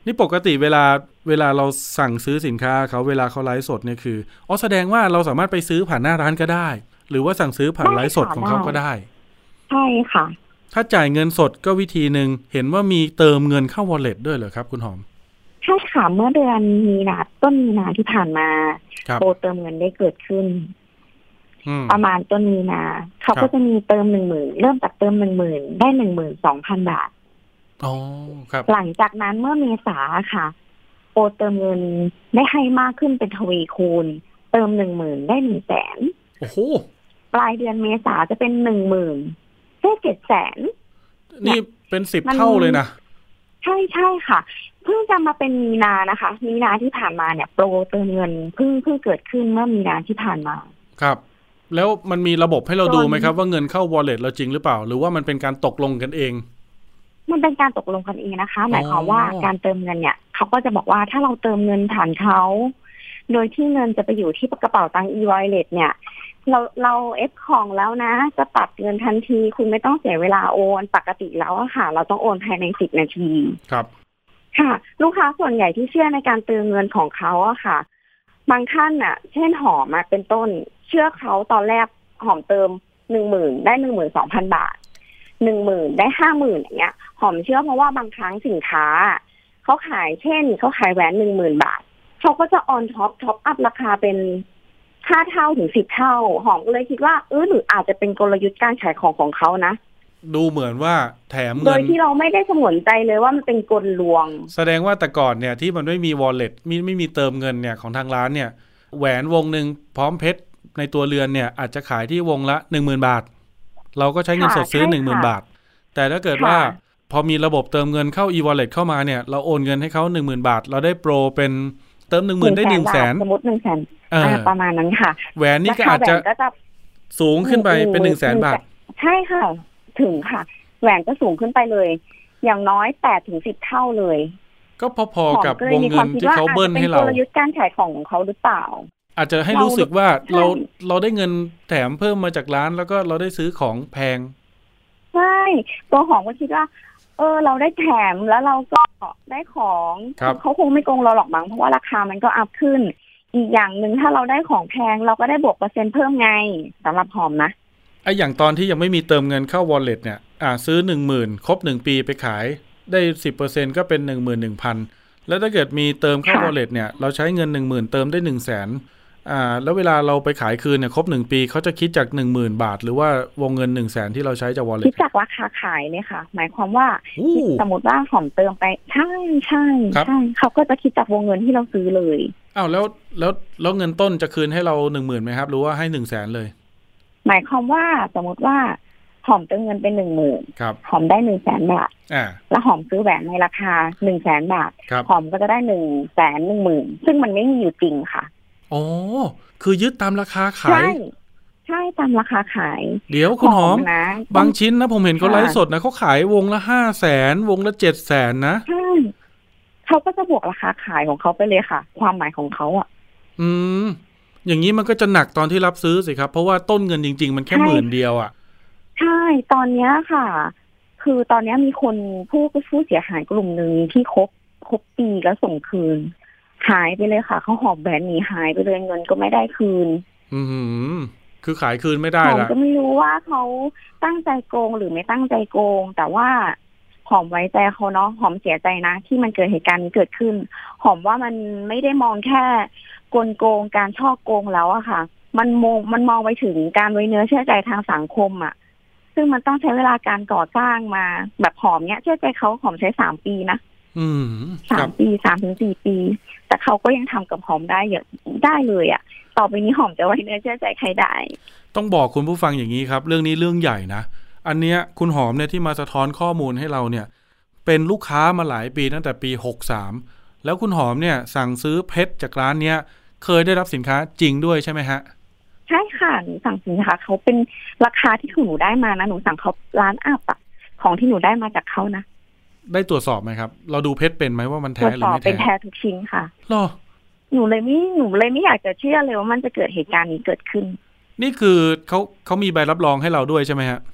นี่ปกติเวลาเวลาเราสั่งซื้อสินค้าเขาเวลาเขาไลฟ์สดเนี่ยคืออ๋อแสดงว่าเราสามารถไปซื้อผ่านหน้าร้านก็ได้หรือว่าสั่งซื้อผ่านไลฟ์สดของเขาก็ได้ใช่ค่ะถ้าจ่ายเงินสดก็วิธีนึงเห็นว่ามีเติมเงินเข้า wallet ด้วยเหรอครับคุณหอมใช่ค่ะเมื่อเดือนมีนาต้นมีนาที่ผ่านมาโปรเติมเงินได้เกิดขึ้นประมาณต้นมีนาเขาก็จะมีเติมหนึ่งหมื่นเริ่มจากเติมหนึ่งหมื่นได้หนึ่งหมื่นสองพันบาทอ๋อครับหลังจากนั้นเมื่อเมษาค่ะโปรเติมเงินได้ให้มากขึ้นเป็นทวีคูณเติมหนึ่งหมื่นได้หนึ่งแสนโอ้โหปลายเดือนเมษาจะเป็นหนึ่งหมื่นได้เจ็ดแสนนี่เป็นสิบเท่าเลยนะใช่ใช่ค่ะเพิ่งจะมาเป็นมีนานะคะมีนาที่ผ่านมาเนี่ยโปรเติมเงินเพิ่งเพิ่งเกิดขึ้นเมื่อมีนาที่ผ่านมาครับแล้วมันมีระบบให้เราดูไหมครับว่าเงินเข้า wallet เราจริงหรือเปล่าหรือว่ามันเป็นการตกลงกันเองมันเป็นการตกลงกันเองนะคะหมายความว่าการเติมเงินเนี่ยเขาก็จะบอกว่าถ้าเราเติมเงินผ่านเขาโดยที่เงินจะไปอยู่ที่กระเป๋าตังค์ e-wallet เนี่ยเราเราเอฟของแล้วนะจะตัดเงินทันทีคุณไม่ต้องเสียเวลาโอนปกติแล้วอะค่ะเราต้องโอนภายในสิบนาทีครับค่ะลูกค้าส่วนใหญ่ที่เชื่อในการเติมเงินของเขาอะค่ะบางท่านอะเช่นหอมมาเป็นต้นเชื่อเขาตอนแรกหอมเติมหนึ่งหมื่นได้หนึ่งหมื่นสองพันบาทหนึ่งหมื่นได้ห้าหมื่นอย่างเงี้ยหอมเชื่อเพราะว่าบางครั้งสินค้าเขาขายเช่นเขาขายแหวนหนึ่งหมื่นบาทเขาก็จะออนท็อปท็อปอัพราคาเป็นห้าเท่าถึงสิบเท่าหอมก็เลยคิดว่าเออหรืออาจจะเป็นกลยุทธ์การขายของของเขานะดูเหมือนว่าแถมเงินโดยที่เราไม่ได้สงวนใจเลยว่ามันเป็นกลลวงแสดงว่าแต่ก่อนเนี่ยที่มันไม่มี wallet ไม่ไม่มีเติมเงินเนี่ยของทางร้านเนี่ยแหวนวงนึงพร้อมเพชรในตัวเรือนเนี่ยอาจจะขายที่วงละ หนึ่งหมื่น บาทเราก็ใช้เงินสดซื้อ หนึ่งหมื่น บาทแต่ถ้าเกิดว่าพอมีระบบเติมเงินเข้า e-wallet เข้ามาเนี่ยเราโอนเงินให้เขา หนึ่งหมื่น บาทเราได้โปรเป็นเติม หนึ่งหมื่น ได้ หนึ่งแสนสมมุติ หนึ่งแสน อ่าประมาณนั้นค่ะแหวนนี่ก็อาจจะสูงขึ้นไปเป็น หนึ่งแสน บาทใช่ค่ะถึงค่ะแหวนก็สูงขึ้นไปเลยอย่างน้อย แปดถึงสิบ เท่าเลยก็พอๆกับวงเงินที่เขาเบิ้ลให้เราเป็นกลยุทธ์การขายของของเขาหรือเปล่าอาจจะให้รู้สึกว่าเราเราได้เงินแถมเพิ่มมาจากร้านแล้วก็เราได้ซื้อของแพงใช่ตัวหอมก็คิดว่าเออเราได้แถมแล้วเราก็ได้ของเขาคงไม่โกงเราหรอกมั้งเพราะว่าราคามันก็อัพขึ้นอีกอย่างหนึ่งถ้าเราได้ของแพงเราก็ได้บวกเปอร์เซ็นต์เพิ่มไงสำหรับหอมนะไอ้อย่างตอนที่ยังไม่มีเติมเงินเข้า wallet เนี่ยอ่าซื้อ หนึ่งหมื่น ครบหนึ่งปีไปขายได้ สิบเปอร์เซ็นต์ ก็เป็น หนึ่งหมื่นหนึ่งพัน แล้วถ้าเกิดมีเติมเข้า wallet เนี่ยเราใช้เงิน หนึ่งหมื่น เติมได้ หนึ่งแสนอ่าแล้วเวลาเราไปขายคืนเนี่ยครบหนึ่งปีเขาจะคิดจาก หนึ่งหมื่น บาทหรือว่าวงเงิน หนึ่งแสน ที่เราใช้จาก wallet คิดจากราคาขายเนี่ยค่ะหมายความว่าสมมติว่าหอมเติมไปใช่ใช่ใช่เขาก็จะคิดจากวงเงินที่เราซื้อเลยอ้าวแล้วแล้วแล้วเงินต้นจะคืนให้เรา หนึ่งหมื่น มั้ยครับหรือว่าให้ หนึ่งแสน เลยหมายความว่าสมมติว่าหอมเติมเงินเป็น หนึ่งหมื่นครับหอมได้ หนึ่งแสน บาทอ่าแล้วหอมซื้อแหวนในราคา หนึ่งแสน บาทหอมก็จะได้ หนึ่งแสนหนึ่งหมื่น ซึ่งมันไม่มีอยู่จริงค่ะอ๋อคือยึดตามราคาขายใช่ใช่ตามราคาขายเดี๋ยวคุณหอมนะบางชิ้นนะผมเห็นเขาไลฟ์สดนะเขาขายวงละ ห้าแสน วงละ เจ็ดแสน นะใช่เขาก็จะบวกราคาขายของเขาไปเลยค่ะความหมายของเขาอ่ะอืมอย่างนี้มันก็จะหนักตอนที่รับซื้อสิครับเพราะว่าต้นเงินจริงๆมันแค่หมื่นเดียวอ่ะใช่ตอนนี้ค่ะคือตอนนี้มีคนผู้ผู้เสียหายกลุ่มหนึ่งที่ครบครบปีแล้วส่งคืนหายไปเลยค่ะเขาหอบแบรนด์หนีหายไปเลยเงินก็ไม่ได้คืนอืมคือขายคืนไม่ได้ละผมก็ไม่รู้ว่าเขาตั้งใจโกงหรือไม่ตั้งใจโกงแต่ว่าหอมไว้ใจเขาเนาะหอมเสียใจนะที่มันเกิดเหตุการณ์นี้เกิดขึ้นหอมว่ามันไม่ได้มองแค่กลโกงการช่อโกงแล้วอะค่ะมันมองมันมองไปถึงการไว้เนื้อเชื่อใจทางสังคมอะซึ่งมันต้องใช้เวลาการก่อสร้างมาแบบหอมเนี้ยเชื่อใจเขาหอมใช้สามปีนะอืมสามปีสามถึงสี่ปีแต่เขาก็ยังทำกับหอมได้เยอะได้เลยอ่ะต่อไปนี้หอมจะไว้เนื้อเชื่อใจใครได้ต้องบอกคุณผู้ฟังอย่างนี้ครับเรื่องนี้เรื่องใหญ่นะอันเนี้ยคุณหอมเนี่ยที่มาสะท้อนข้อมูลให้เราเนี่ยเป็นลูกค้ามาหลายปีตั้งแต่ปีหกสามแล้วคุณหอมเนี่ยสั่งซื้อเพชรจากร้านเนี้ยเคยได้รับสินค้าจริงด้วยใช่ไหมฮะใช่ค่ะหนูสั่งสินค้าเขาเป็นราคาที่หนูได้มานะหนูสั่งเขาร้านอัพอะของที่หนูได้มาจากเขานะได้ตรวจสอบไหมครับเราดูเพชรเป็นไหมว่ามันแท้หรือไม่แท้เป็นแท้ทุกชิ้นค่ะหรอหนูเลยไม่หนูเลยไม่อยากจะเชื่อเลยว่ามันจะเกิดเหตุการณ์นี้เกิดขึ้นนี่คือเขาเขามีใบรับรองให้เราด้วยใช่ไหมฮะ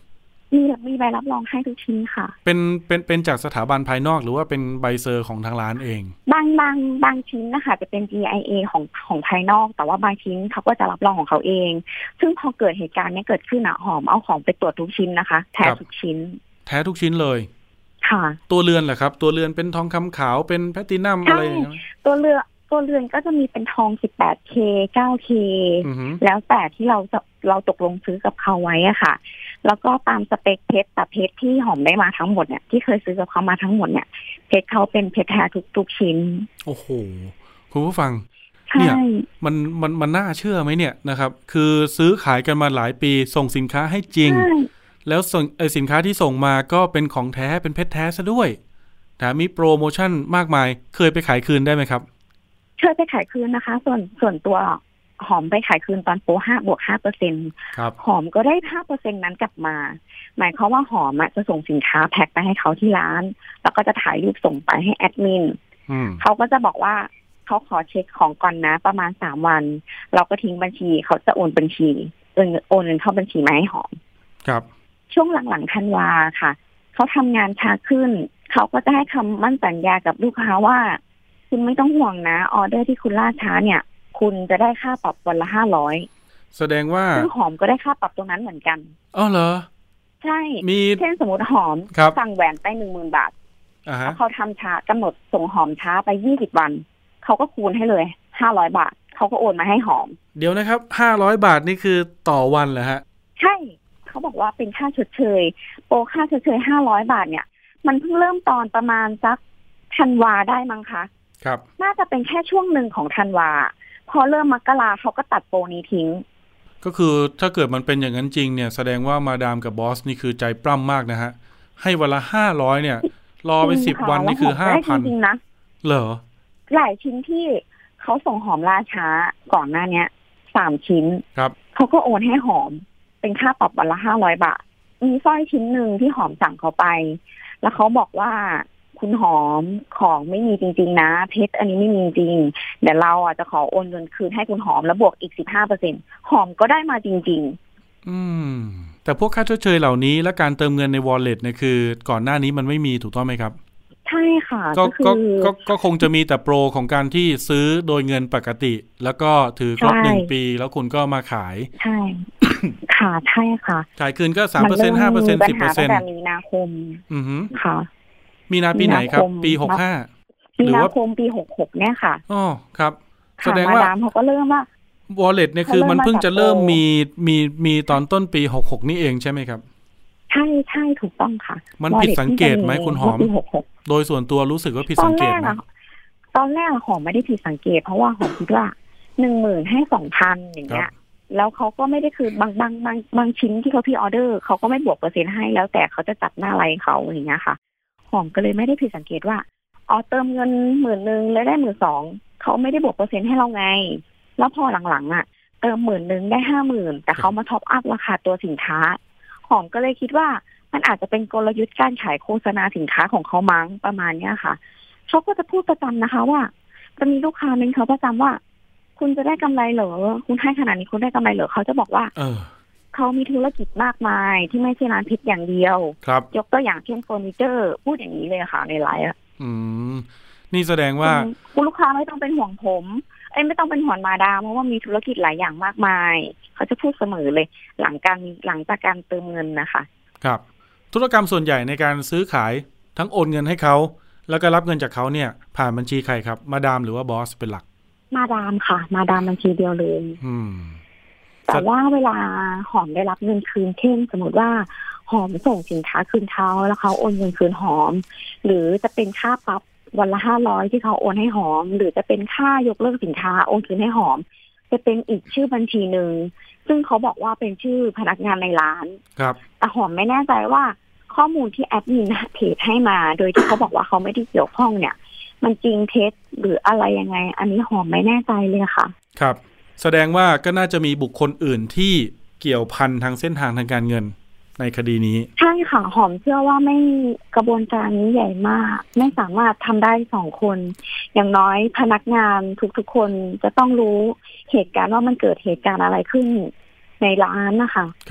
มีมีใบรับรองให้ทุกชิ้นค่ะเป็นเป็นเป็นจากสถาบันภายนอกหรือว่าเป็นใบเซอร์ของทางร้านเองบางบางบางชิ้นนะคะจะเป็น จี ไอ เอ ของของภายนอกแต่ว่าบางชิ้นเขาก็จะรับรองของเขาเองซึ่งพอเกิดเหตุการณ์นี้เกิดขึ้นอะหอมเอาของไปตรวจทุกชิ้นนะคะแท้ทุกชิ้นแท้ทุกชิ้นเลยค่ะตัวเรือนเหรอครับตัวเรือนเป็นทองคำขาวเป็นแพลตินัมอะไรอย่างเงี้ยตัวเรือนตัวเรือนก็จะมีเป็นทอง สิบแปดเค เก้าเค แล้วแต่ที่เราเราตกลงซื้อกับเขาไว้อะค่ะแล้วก็ตามสเปคเพชรแต่เพชรที่หอมได้มาทั้งหมดเนี่ยที่เคยซื้อกับเขามาทั้งหมดเนี่ยเพชรเขาเป็นเพชรแท้ทุกทุกชิ้นโอ้โหคุณผู้ฟังเนี่ยมันมันมันน่าเชื่อไหมเนี่ยนะครับคือซื้อขายกันมาหลายปีส่งสินค้าให้จริงแล้วส่งไอสินค้าที่ส่งมาก็เป็นของแท้เป็นเพชรแท้ซะด้วยแต่มีโปรโมชั่นมากมายเคยไปขายคืนได้ไหมครับเคยไปขายคืนนะคะส่วนส่วนตัวหอมไปขายคืนตอนโปรห้าบวกห้าเปอร์เซ็นต์หอมก็ได้ห้าเปอร์เซ็นต์นั้นกลับมาหมายความว่าหอมจะส่งสินค้าแพ็คไปให้เขาที่ร้านแล้วก็จะถ่ายรูปส่งไปให้แอดมินเขาก็จะบอกว่าเขาขอเช็คของก่อนนะประมาณสามวันเราก็ทิ้งบัญชีเขาจะโอนบัญชีโอนโอนเงินเข้าบัญชีมาให้หอมครับช่วงหลังๆธันวาค่ะเขาทำงานช้าขึ้นเขาก็จะให้คำมั่นสัญญากับลูกค้าว่าคุณไม่ต้องห่วงนะออเดอร์ที่คุณล่าช้าเนี่ยคุณจะได้ค่าปรับวันละห้าร้อยแสดงว่าซึ่งหอมก็ได้ค่าปรับตรงนั้นเหมือนกันอ๋อเหรอใช่มีเช่นสมมติหอมสั่งแหวนไปหนึ่งหมื่นบาทแล้วเขาทำช้ากำหนดส่งหอมช้าไปยี่สิบวันเขาก็คูณให้เลยห้าร้อยบาทเขาก็โอนมาให้หอมเดี๋ยวนะครับห้าร้อยบาทนี่คือต่อวันเหรอฮะใช่เขาบอกว่าเป็นค่าชดเชยโปรค่าชดเชยห้าร้อยบาทเนี่ยมันเพิ่งเริ่มตอนประมาณสักธันวาได้มั้งคะครับน่าจะเป็นแค่ช่วงหนึ่งของธันวาพอเริ่มมกราเขาก็ตัดโปรนี้ทิ้งก็คือถ้าเกิดมันเป็นอย่างนั้นจริงเนี่ยแสดงว่ามาดามกับบอสนี่คือใจปล้ำมากนะฮะให้วันละห้าร้อยเนี่ยรอไปสิบวันนี่คือห้าพันจริงๆนะเหรอหลายชิ้นที่เขาส่งหอมล่าช้าก่อนหน้านี้สามชิ้นครับเขาก็โอนให้หอมเป็นค่าปรับวันละห้าร้อยบาทมีสร้อยชิ้นหนึ่งที่หอมสั่งเขาไปแล้วเขาบอกว่าคุณหอมของไม่มีจริงๆนะเพชรอันนี้ไม่มีจริงเดี๋ยวเราอ่ะจะขอโอนเงินคืนให้คุณหอมแล้วบวกอีก สิบห้าเปอร์เซ็นต์ หอมก็ได้มาจริงๆอืมแต่พวกค่าชดเชยเหล่านี้และการเติมเงินใน wallet เนี่ยคือก่อนหน้านี้มันไม่มีถูกต้องไหมครับใช่ค่ะก็ก็ก็ก็คงจะมีแต่โปรของการที่ซื้อโดยเงินปกติแล้วก็ถือครบหนึ่งปีแล้วคุณก็มาขายใช่ค่ะใช่ค่ะขายคืนก็ สามเปอร์เซ็นต์ ห้าเปอร์เซ็นต์ สิบเปอร์เซ็นต์ตั้งแต่มีนาคมอือฮึค่ะมีนาปีไหนครับปีหกสิบห้าหรือว่าคมปีหกสิบหกเนี่ยค่ะอ๋อครับแสดงว่าเขาก็เริ่มว่า wallet เนี่ยคือมันเพิ่งจะเริ่มมีมีมีตอนต้นปีหกสิบหกนี่เองใช่ไหมครับใช่ใช่ถูกต้องค่ะมันผิดสังเกตไหมคุณหอมโดยส่วนตัวรู้สึกว่าผิดสังเกตไหมตอนแรกหอมไม่ได้ผิดสังเกตเพราะว่าหอมคิดว่าหนึ่งหมื่นให้สองพันอย่างเงี้ยแล้วเขาก็ไม่ได้คือบางบางบางบางชิ้นที่เขาพี่ออเดอร์เขาก็ไม่บวกเปอร์เซ็นต์ให้แล้วแต่เขาจะจัดหน้าไลน์เขาอย่างเงี้ยค่ะหอมก็เลยไม่ได้ผิดสังเกตว่าอ๋อเติมเงินหมื่นนึงแล้วได้หมื่นสองเขาไม่ได้บวกเปอร์เซ็นต์ให้เราไงแล้วพอหลังๆอ่ะเติมหมื่นนึงได้ห้าหมื่นแต่เขามาท็อปอัพราคาตัวสินค้าหอมก็เลยคิดว่ามันอาจจะเป็นกลยุทธ์การขายโฆษณาสินค้าของเขามั้งประมาณเนี้ยค่ะเขาก็จะพูดประจำนะคะว่าจะมีลูกค้าเป็นเขาประจำว่าคุณจะได้กำไรเหรอคุณให้ขนาดนี้คุณได้กำไรเหรอเขาจะบอกว่าเออเขามีธุรกิจมากมายที่ไม่ใช่ร้านเพชรอย่างเดียวยกตัวอย่างเช่นเฟอร์นิเจอร์พูดอย่างนี้เลยค่ะในไลน์อ่ะอืมนี่แสดงว่าคุณลูกค้าไม่ต้องเป็นห่วงผมเอ้ยไม่ต้องเป็นห่วงมาดามเพราะว่ามีธุรกิจหลายอย่างมากมายเขาจะพูดเสมอเลยหลังการหลังจากการเติมเงินนะคะครับธุรกรรมส่วนใหญ่ในการซื้อขายทั้งโอนเงินให้เขาแล้วก็รับเงินจากเขาเนี่ยผ่านบัญชีใครครับมาดามหรือว่าบอสเป็นหลักมาดามค่ะมาดามบัญชีเดียวเลยอืมแต่ว่าเวลาหอมได้รับเงินคืนเช่นสมมติว่าหอมส่งสินค้าคืนเขาแล้วเขาโอนเงินคืนหอมหรือจะเป็นค่าปรับวันละห้าร้อยที่เขาโอนให้หอมหรือจะเป็นค่ายกเลิกสินค้าโอนคืนให้หอมจะเป็นอีกชื่อบัญชีนึงซึ่งเขาบอกว่าเป็นชื่อพนักงานในร้านครับแต่หอมไม่แน่ใจว่าข้อมูลที่แอดมินเพจให้มาโดยที่เขาบอกว่าเขาไม่ได้เกี่ยวข้องเนี่ยมันจริงเท็จหรืออะไรยังไงอันนี้หอมไม่แน่ใจเลยค่ะครับแสดงว่าก็น่าจะมีบุคคลอื่นที่เกี่ยวพันทางเส้นทางทางการเงินในคดีนี้ใช่ค่ะหอมเชื่อว่าไม่กระบวนการนี้ใหญ่มากไม่สามารถทำได้สองคนอย่างน้อยพนักงานทุกๆคนจะต้องรู้เหตุการณ์ว่ามันเกิดเหตุการณ์อะไรขึ้นในร้านนะคะครับ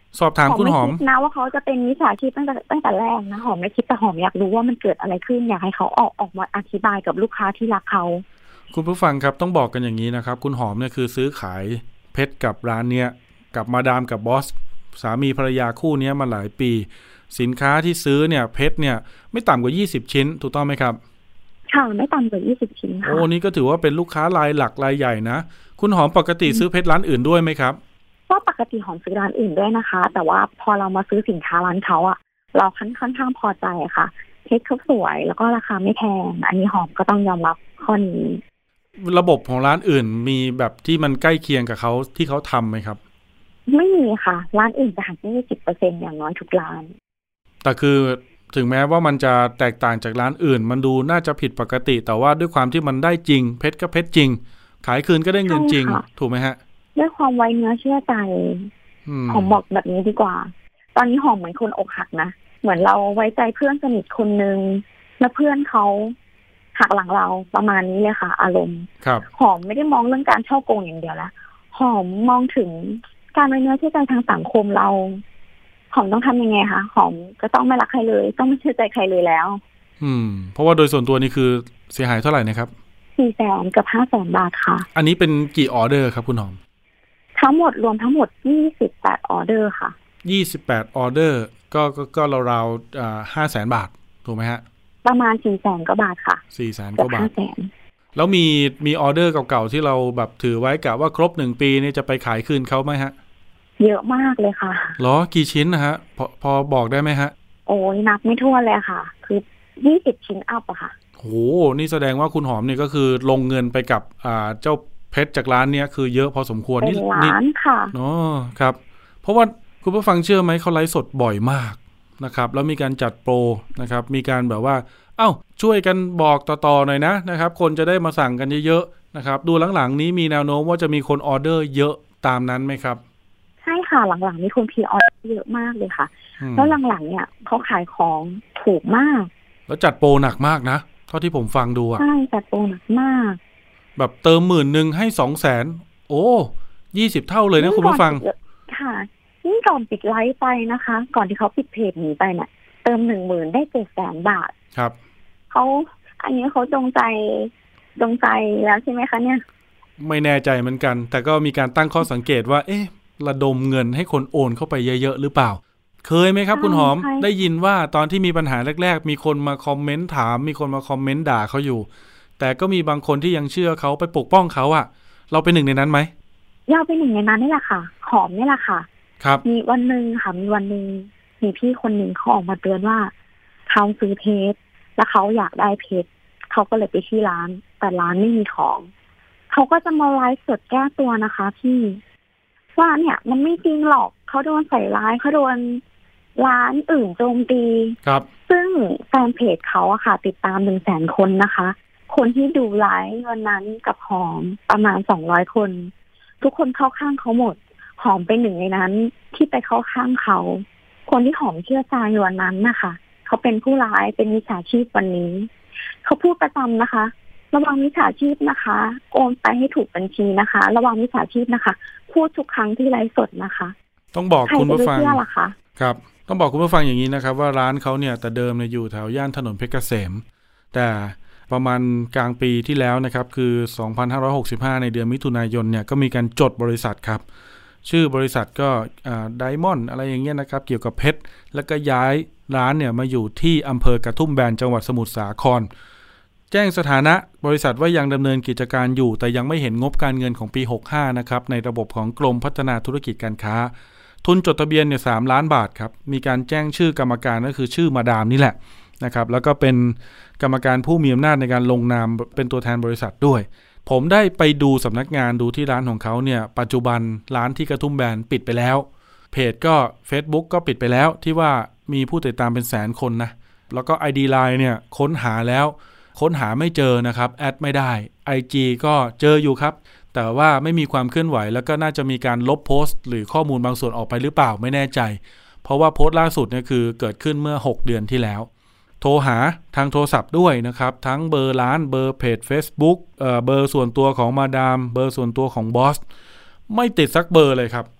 สอบถามคุณหอมไม่คิดนะว่าเขาจะเป็นมิจฉาชีพตั้งแต่ตั้งแต่แรกนะหอมไม่คิดแต่หอมอยากรู้ว่ามันเกิดอะไรขึ้นอยากให้เขาออกออกมาอธิบายกับลูกค้าที่รักเขาคุณผู้ฟังครับต้องบอกกันอย่างนี้นะครับคุณหอมเนี่ยคือซื้อขายเพชรกับร้านเนี้ยกับมาดามกับบอสสามีภรรยาคู่นี้มาหลายปีสินค้าที่ซื้อเนี่ยเพชรเนี่ยไม่ต่ำกว่ายี่สิบชิ้นถูกต้องไหมครับค่ะไม่ต่ำกว่ายี่สิบชิ้นค่ะโอ้นี่ก็ถือว่าเป็นลูกค้ารายหลักรายใหญ่นะคุณหอมปกติซื้อเพชรร้านอื่นด้วยไหมครับก็ปกติหอมซื้อร้านอื่นด้วยนะคะแต่ว่าพอเรามาซื้อสินค้าร้านเขาอะเราค่อนข้างพอใจค่ะเพชรเขาสวยแล้วก็ราคาไม่แพงอันนี้หอมก็ต้องยอมรับข้อนี้ระบบของร้านอื่นมีแบบที่มันใกล้เคียงกับเขาที่เขาทำไหมครับไม่มีค่ะร้านอื่นจะหัก ยี่สิบเปอร์เซ็นต์ อย่างน้อยทุกร้านแต่คือถึงแม้ว่ามันจะแตกต่างจากร้านอื่นมันดูน่าจะผิดปกติแต่ว่าด้วยความที่มันได้จริงเพชรก็เพชรจริงขายคืนก็ได้เงินจริงถูกไหมฮะด้วยความไว้เนื้อเชื่อใจหอมบอกแบบนี้ดีกว่าตอนนี้หอมเหมือนคนอกหักนะเหมือนเราไว้ใจเพื่อนสนิทคนนึงแล้วเพื่อนเขาหักหลังเราประมาณนี้เลยค่ะอารมณ์หอมไม่ได้มองเรื่องการฉ้อโกงอย่างเดียวละหอมมองถึงการไว้เนื้อเชื่อใจทางสังคมเราหอมต้องทำยังไงคะหอมก็ต้องไม่รักใครเลยต้องไม่เชื่อใจใครเลยแล้วอืมเพราะว่าโดยส่วนตัวนี่คือเสียหายเท่าไหร่นะครับสี่แสนกับห้าแสนบาทค่ะอันนี้เป็นกี่ออเดอร์ครับคุณหอมทั้งหมดรวมทั้งหมดยี่สิบแปดออเดอร์ค่ะยี่สิบแปดออเดอร์ก็ก็ก็ราวๆอ่า ห้าแสน บาทถูกไหมฮะประมาณ สี่แสน กว่าบาทค่ะสี่แสน กว่าบาทแล้วมีมีออเดอร์เก่าๆที่เราแบบถือไว้กะว่าครบหนึ่งปีนี่จะไปขายคืนเขาไหมฮะเยอะมากเลยค่ะหรอกี่ชิ้นนะฮะพอพอบอกได้ไหมฮะโอ้ยนับไม่ถ้วนเลยค่ะคือยี่สิบชิ้นอัพอะค่ะโหนี่แสดงว่าคุณหอมนี่ก็คือลงเงินไปกับอ่าเจ้าเพชรจากร้านเนี้ยคือเยอะพอสมควรนี่ร้านค่ะอ๋อครับเพราะว่าคุณผู้ฟังเชื่อไหมเขาไลฟ์สดบ่อยมากนะครับแล้วมีการจัดโปรนะครับมีการแบบว่าเอ้าช่วยกันบอกต่อๆหน่อยนะนะครับคนจะได้มาสั่งกันเยอะๆนะครับดูหลังๆนี้มีแนวโน้มว่าจะมีคนออเดอร์เยอะตามนั้นไหมครับใช่ค่ะหลังๆมีคนพรีออเดอร์เยอะมากเลยค่ะแล้วหลังๆเนี่ยเขาขายของถูกมากแล้วจัดโปรหนักมากนะเท่าที่ผมฟังดูอ่ะใช่จัดโปรหนักมากแบบเติมหมื่นหนึ่งให้สองแสนโอ้ยี่สิบเท่าเลยนะคุณผู้ฟังค่ะนี่ก่อนปิดไลฟ์ไปนะคะก่อนที่เขาปิดเพจหนีไปเนี่ยเติมหนึ่งหมื่นได้เจ็ดแสนบาทครับเขาอันนี้เขาจงใจจงใจแล้วใช่ไหมคะเนี่ยไม่แน่ใจเหมือนกันแต่ก็มีการตั้งข้อสังเกตว่าเอ๊ะระดมเงินให้คนโอนเข้าไปเยอะๆหรือเปล่าเคยไหมครับคุณหอมได้ยินว่าตอนที่มีปัญหาแรกๆมีคนมาคอมเมนต์ถามมีคนมาคอมเมนต์ด่าเขาอยู่แต่ก็มีบางคนที่ยังเชื่อเขาไปปกป้องเขาอะเราเป็นหนึ่งในนั้นไหมเราเป็นหนึ่งในนั้นนี่แหละค่ะหอมนี่แหละค่ะครับมีวันนึงค่ะมีวันนึงมีพี่คนหนึ่งเขาออกมาเตือนว่าเขาซื้อเพชรแล้วเขาอยากได้เพชรเขาก็เลยไปที่ร้านแต่ร้านไม่มีของเขาก็จะมาไลฟ์สดแก้ตัวนะคะพี่ว่าเนี่ยมันไม่จริงหรอกเขาโดนใส่ร้ายเขาโดนร้านอื่นโจมตีครับซึ่งแฟนเพจเขาอะค่ะติดตามหนึ่งแสนคนนะคะคนที่ดูไลฟ์วันนั้นกับหอมประมาณสองร้อยคนทุกคนเข้าข้างเขาหมดหอมเป็นหนึ่งในนั้นที่ไปเข้าข้างเขาคนที่หอมเชื่อใจวันนั้นนะคะเขาเป็นผู้ร้ายเป็นมิจฉาชีพวันนี้เขาพูดประจำนะคะระวังมิจฉาชีพนะคะโอนไปให้ถูกบัญชีนะคะระวังมิจฉาชีพนะคะพูดทุกครั้งที่ไลฟ์สดนะคะต้องบอกคุณผู้ฟังครับต้องบอกคุณผู้ฟังอย่างนี้นะครับว่าร้านเขาเนี่ยแต่เดิมเนี่ยอยู่แถวย่านถนนเพชรเกษมแต่ประมาณกลางปีที่แล้วนะครับคือสองพันห้าร้อยหกสิบห้าในเดือนมิถุนายนเนี่ยก็มีการจดบริษัทครับชื่อบริษัทก็ไดมอนด์อะไรอย่างเงี้ยนะครับเกี่ยวกับเพชรแล้วก็ย้ายร้านเนี่ยมาอยู่ที่อำเภอกระทุ่มแบนจังหวัดสมุทรสาครแจ้งสถานะบริษัทว่ายังดำเนินกิจการอยู่แต่ยังไม่เห็นงบการเงินของปีหกสิบห้านะครับในระบบของกรมพัฒนาธุรกิจการค้าทุนจดทะเบียนเนี่ยสามล้านบาทครับมีการแจ้งชื่อกรรมการก็คือชื่อมาดามนี่แหละนะครับแล้วก็เป็นกรรมการผู้มีอำนาจในการลงนามเป็นตัวแทนบริษัทด้วยผมได้ไปดูสำนักงานดูที่ร้านของเขาเนี่ยปัจจุบันร้านที่กระทุ่มแบนปิดไปแล้วเพจก็ Facebook ก็ปิดไปแล้วที่ว่ามีผู้ติดตามเป็นแสนคนนะแล้วก็ ไอ ดี ไลน์ เนี่ยค้นหาแล้วค้นหาไม่เจอนะครับแอดไม่ได้ ไอ จี ก็เจออยู่ครับแต่ว่าไม่มีความเคลื่อนไหวแล้วก็น่าจะมีการลบโพสต์หรือข้อมูลบางส่วนออกไปหรือเปล่าไม่แน่ใจเพราะว่าโพสต์ล่าสุดเนี่ยคือเกิดขึ้นเมื่อหกเดือนที่แล้วโทรหาทางโทรศัพท์ด้วยนะครับทั้งเบอร์ร้านเบอร์เพจ Facebook เอ่อเบอร์ส่วนตัวของมาดามเบอร์ส่วนตัวของบอสไม่ติดสักเบอร์เลยครับ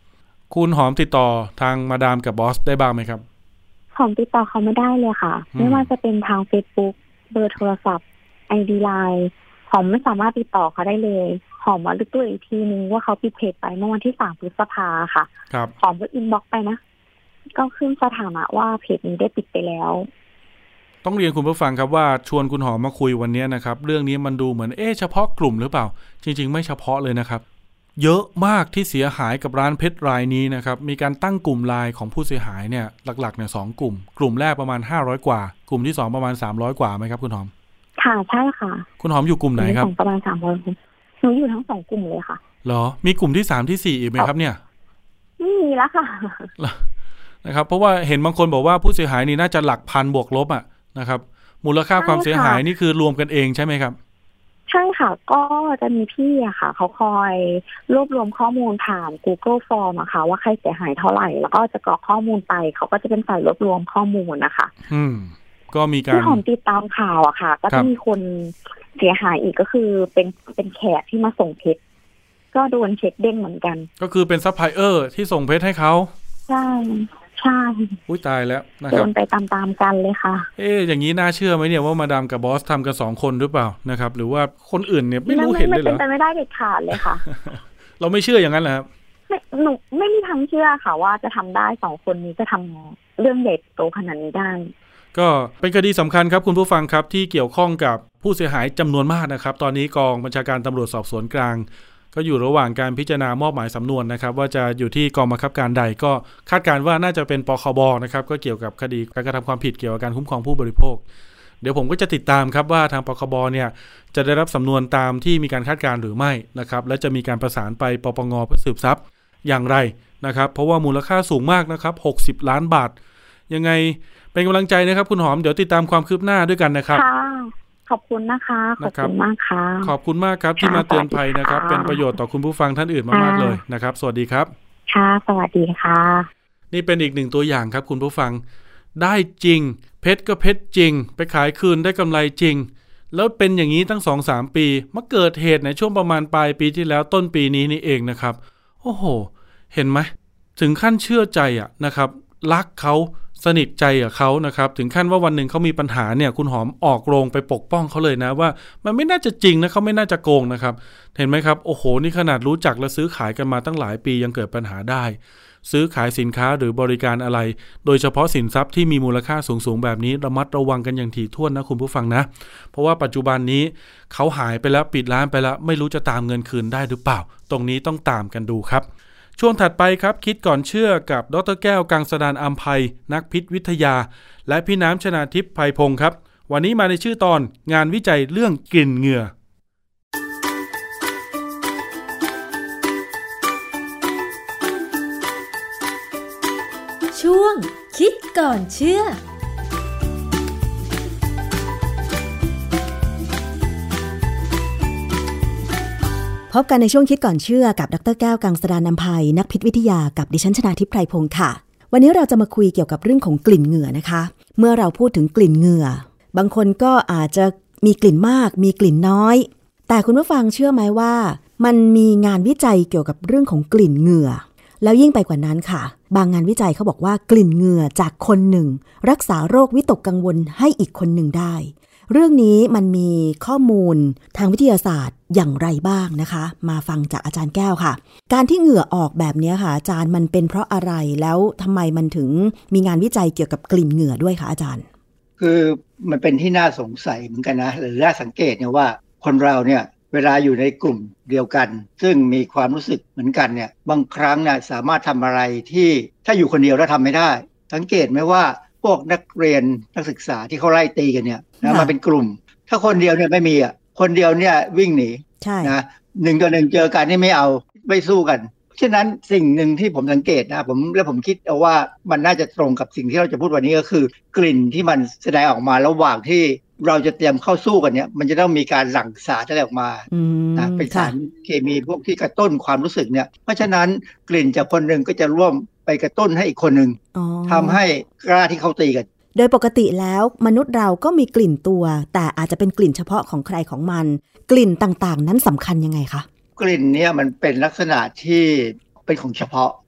คุณหอมติดต่อทางมาดามกับบอสได้บ้างไหมครับหอมติดต่อเขาไม่ได้เลยค่ะไม่ว่าจะเป็นทาง Facebook เบอร์โทรศัพท์ ไอ ดี ไลน์ หอมไม่สามารถติดต่อเขาได้เลยหอมมารู้ตัวอีกทีนึงว่าเขาปิดเพจไปเมื่อวันที่สามพฤษภาค่ะครับหอมก็อินบ็อกซ์ไปนะก็ขึ้นสถานะว่าเพจนี้ได้ปิดไปแล้วต้องเรียนคุณผู้ฟังครับว่าชวนคุณหอมมาคุยวันนี้นะครับเรื่องนี้มันดูเหมือนเอ๊ะเฉพาะกลุ่มหรือเปล่าจริงๆไม่เฉพาะเลยนะครับเยอะมากที่เสียหายกับร้านเพชรรายนี้นะครับมีการตั้งกลุ่มไลน์ของผู้เสียหายเนี่ยหลักๆเนี่ยสองกลุ่มกลุ่มแรกประมาณห้าร้อยกว่ากลุ่มที่สองประมาณสามร้อยกว่ามั้ยครับคุณหอมค่ะใช่ค่ะคุณหอมอยู่กลุ่มไหนครับประมาณสามร้อยหนูอยู่ทั้งสองกลุ่มเลยค่ะเหรอมีกลุ่มที่สามที่สี่อีกมั้ยครับเนี่ยไม่มีแล้วค่ะนะครับเพราะว่าเห็นบางคนบอกว่าผู้เสียหายนี่น่าจะหลักพันบวกลบอ่ะนะครับมูลค่าความเสียหายนี่คือรวมกันเองใช่ไหมครับใช่ค่ะก็จะมีพี่อะค่ะเขาคอยรวบรวมข้อมูลผ่าน Google Form อะค่ะว่าใครเสียหายเท่าไหร่แล้วก็จะกรอกข้อมูลไปเขาก็จะเป็นฝ่ายรวบรวมข้อมูลนะคะอืมก็มีการที่หอมติดตามข่าวอะค่ะก็จะมีคนเสียหายอีกก็คือเป็นเป็นแขกที่มาส่งเพชรก็โดนเช็คเด้งเหมือนกันก็คือเป็นซัพพลายเออร์ที่ส่งเพชรให้เขาใช่ใช่อุ้ยตายแล้วนะครับโดนไปตามๆกันเลยค่ะเอ๊ะอย่างนี้น่าเชื่อไหมเนี่ยว่ามาดามกับบอสทำกันสองคนหรือเปล่านะครับหรือว่าคนอื่นเนี่ยไม่รู้เห็นเลยเหรอไม่เป็นไปไม่ได้เด็ดขาดเลยค่ะเราไม่เชื่ออย่างนั้นเหรอครับไม่หนูไม่มีทางเชื่อค่ะว่าจะทำได้สองคนนี้จะทำเรื่องเด็ดโตขนาดนี้ได้ก็เป็นคดีสำคัญครับคุณผู้ฟังครับที่เกี่ยวข้องกับผู้เสียหายจำนวนมากนะครับตอนนี้กองบัญชาการตำรวจสอบสวนกลางก็อยู่ระหว่างการพิจารณามอบหมายสำนวนนะครับว่าจะอยู่ที่กองบังคับการใดก็คาดการณ์ว่าน่าจะเป็นปคบนะครับก็เกี่ยวกับคดีการกระทำความผิดเกี่ยวกับการคุ้มครองผู้บริโภคเดี๋ยวผมก็จะติดตามครับว่าทางปคบเนี่ยจะได้รับสำนวนตามที่มีการคาดการณ์หรือไม่นะครับและจะมีการประสานไปปปงเพื่อสืบทรัพย์อย่างไรนะครับเพราะว่ามูลค่าสูงมากนะครับหกสิบล้านบาทยังไงเป็นกำลังใจนะครับคุณหอมเดี๋ยวติดตามความคืบหน้าด้วยกันนะครับขอบคุณนะคะขอบคุณมากค่ะขอบคุณมากครับที่มาเตือนภัยนะครับเป็นประโยชน์ต่อคุณผู้ฟังท่านอื่นมากๆเลยนะครับสวัสดีครับค่ะสวัสดีค่ะนี่เป็นอีกหนึ่งตัวอย่างครับคุณผู้ฟังได้จริงเพชรก็เพชรจริงไปขายคืนได้กำไรจริงแล้วเป็นอย่างนี้ตั้ง สองถึงสาม ปีมาเกิดเหตุในช่วงประมาณปลายปีที่แล้วต้นปีนี้นี่เองนะครับโอ้โหเห็นไหมถึงขั้นเชื่อใจอ่ะนะครับรักเขาสนิทใจกับเขานะครับถึงขั้นว่าวันหนึ่งเขามีปัญหาเนี่ยคุณหอมออกโรงไปปกป้องเขาเลยนะว่ามันไม่น่าจะจริงนะเขาไม่น่าจะโกงนะครับเห็นไหมครับโอ้โหนี่ขนาดรู้จักและซื้อขายกันมาตั้งหลายปียังเกิดปัญหาได้ซื้อขายสินค้าหรือบริการอะไรโดยเฉพาะสินทรัพย์ที่มีมูลค่าสูงๆแบบนี้ระมัดระวังกันอย่างถี่ถ้วนนะคุณผู้ฟังนะเพราะว่าปัจจุบันนี้เขาหายไปแล้วปิดร้านไปแล้วไม่รู้จะตามเงินคืนได้หรือเปล่าตรงนี้ต้องตามกันดูครับช่วงถัดไปครับคิดก่อนเชื่อกับดร.แก้วกังสดาลอำไพนักพิษวิทยาและพี่น้ำชนาทิพย์ไพพงศ์ครับวันนี้มาในชื่อตอนงานวิจัยเรื่องกลิ่นเหงื่อช่วงคิดก่อนเชื่อพบกันในช่วงคิดก่อนเชื่อกับดร.แก้วกังสดาลอำไพนักพิษวิทยากับดิฉันชนาทิพย์ไพพงศ์ค่ะวันนี้เราจะมาคุยเกี่ยวกับเรื่องของกลิ่นเหงื่อนะคะเมื่อเราพูดถึงกลิ่นเหงื่อบางคนก็อาจจะมีกลิ่นมากมีกลิ่นน้อยแต่คุณผู้ฟังเชื่อไหมว่ามันมีงานวิจัยเกี่ยวกับเรื่องของกลิ่นเหงื่อแล้วยิ่งไปกว่านั้นค่ะบางงานวิจัยเขาบอกว่ากลิ่นเหงื่อจากคนหนึ่งรักษาโรควิตกกังวลให้อีกคนหนึ่งได้เรื่องนี้มันมีข้อมูลทางวิทยาศาสตร์อย่างไรบ้างนะคะมาฟังจากอาจารย์แก้วค่ะการที่เหงื่อออกแบบนี้ค่ะอาจารย์มันเป็นเพราะอะไรแล้วทำไมมันถึงมีงานวิจัยเกี่ยวกับกลิ่นเหงื่อด้วยคะอาจารย์คือมันเป็นที่น่าสงสัยเหมือนกันนะหรือน่าสังเกตเนี่ยว่าคนเราเนี่ยเวลาอยู่ในกลุ่มเดียวกันซึ่งมีความรู้สึกเหมือนกันเนี่ยบางครั้งเนี่ยสามารถทำอะไรที่ถ้าอยู่คนเดียวแล้วทำไม่ได้สังเกตไหมว่าพวกนักเรียนนักศึกษาที่เขาไล่ตีกันเนี่ยนะมาเป็นกลุ่มถ้าคนเดียวเนี่ยไม่มีอ่ะคนเดียวเนี่ยวิ่งหนีนะหนึ่งต่อหนึ่งเจอกันนี่ไม่เอาไม่สู้กันฉะนั้นสิ่งหนึ่งที่ผมสังเกตนะผมและผมคิดเอาว่ามันน่าจะตรงกับสิ่งที่เราจะพูดวันนี้ก็คือกลิ่นที่มันแสดงออกมาระหว่างที่เราจะเตรียมเข้าสู้กันเนี่ยมันจะต้องมีการหลั่งสารอะไรออกมานะเป็นสารเคมีพวกที่กระตุ้นความรู้สึกเนี่ยเพราะฉะนั้นกลิ่นจากคนหนึ่งก็จะร่วมไปกระตุ้นให้อีกคนหนึ่งทำให้กล้าที่เขาตีกันโดยปกติแล้วมนุษย์เราก็มีกลิ่นตัวแต่อาจจะเป็นกลิ่นเฉพาะของใครของมันกลิ่นต่างๆนั้นสำคัญยังไงคะกลิ่นเนี่ยมันเป็นลักษณะที่เป็นของเฉพาะ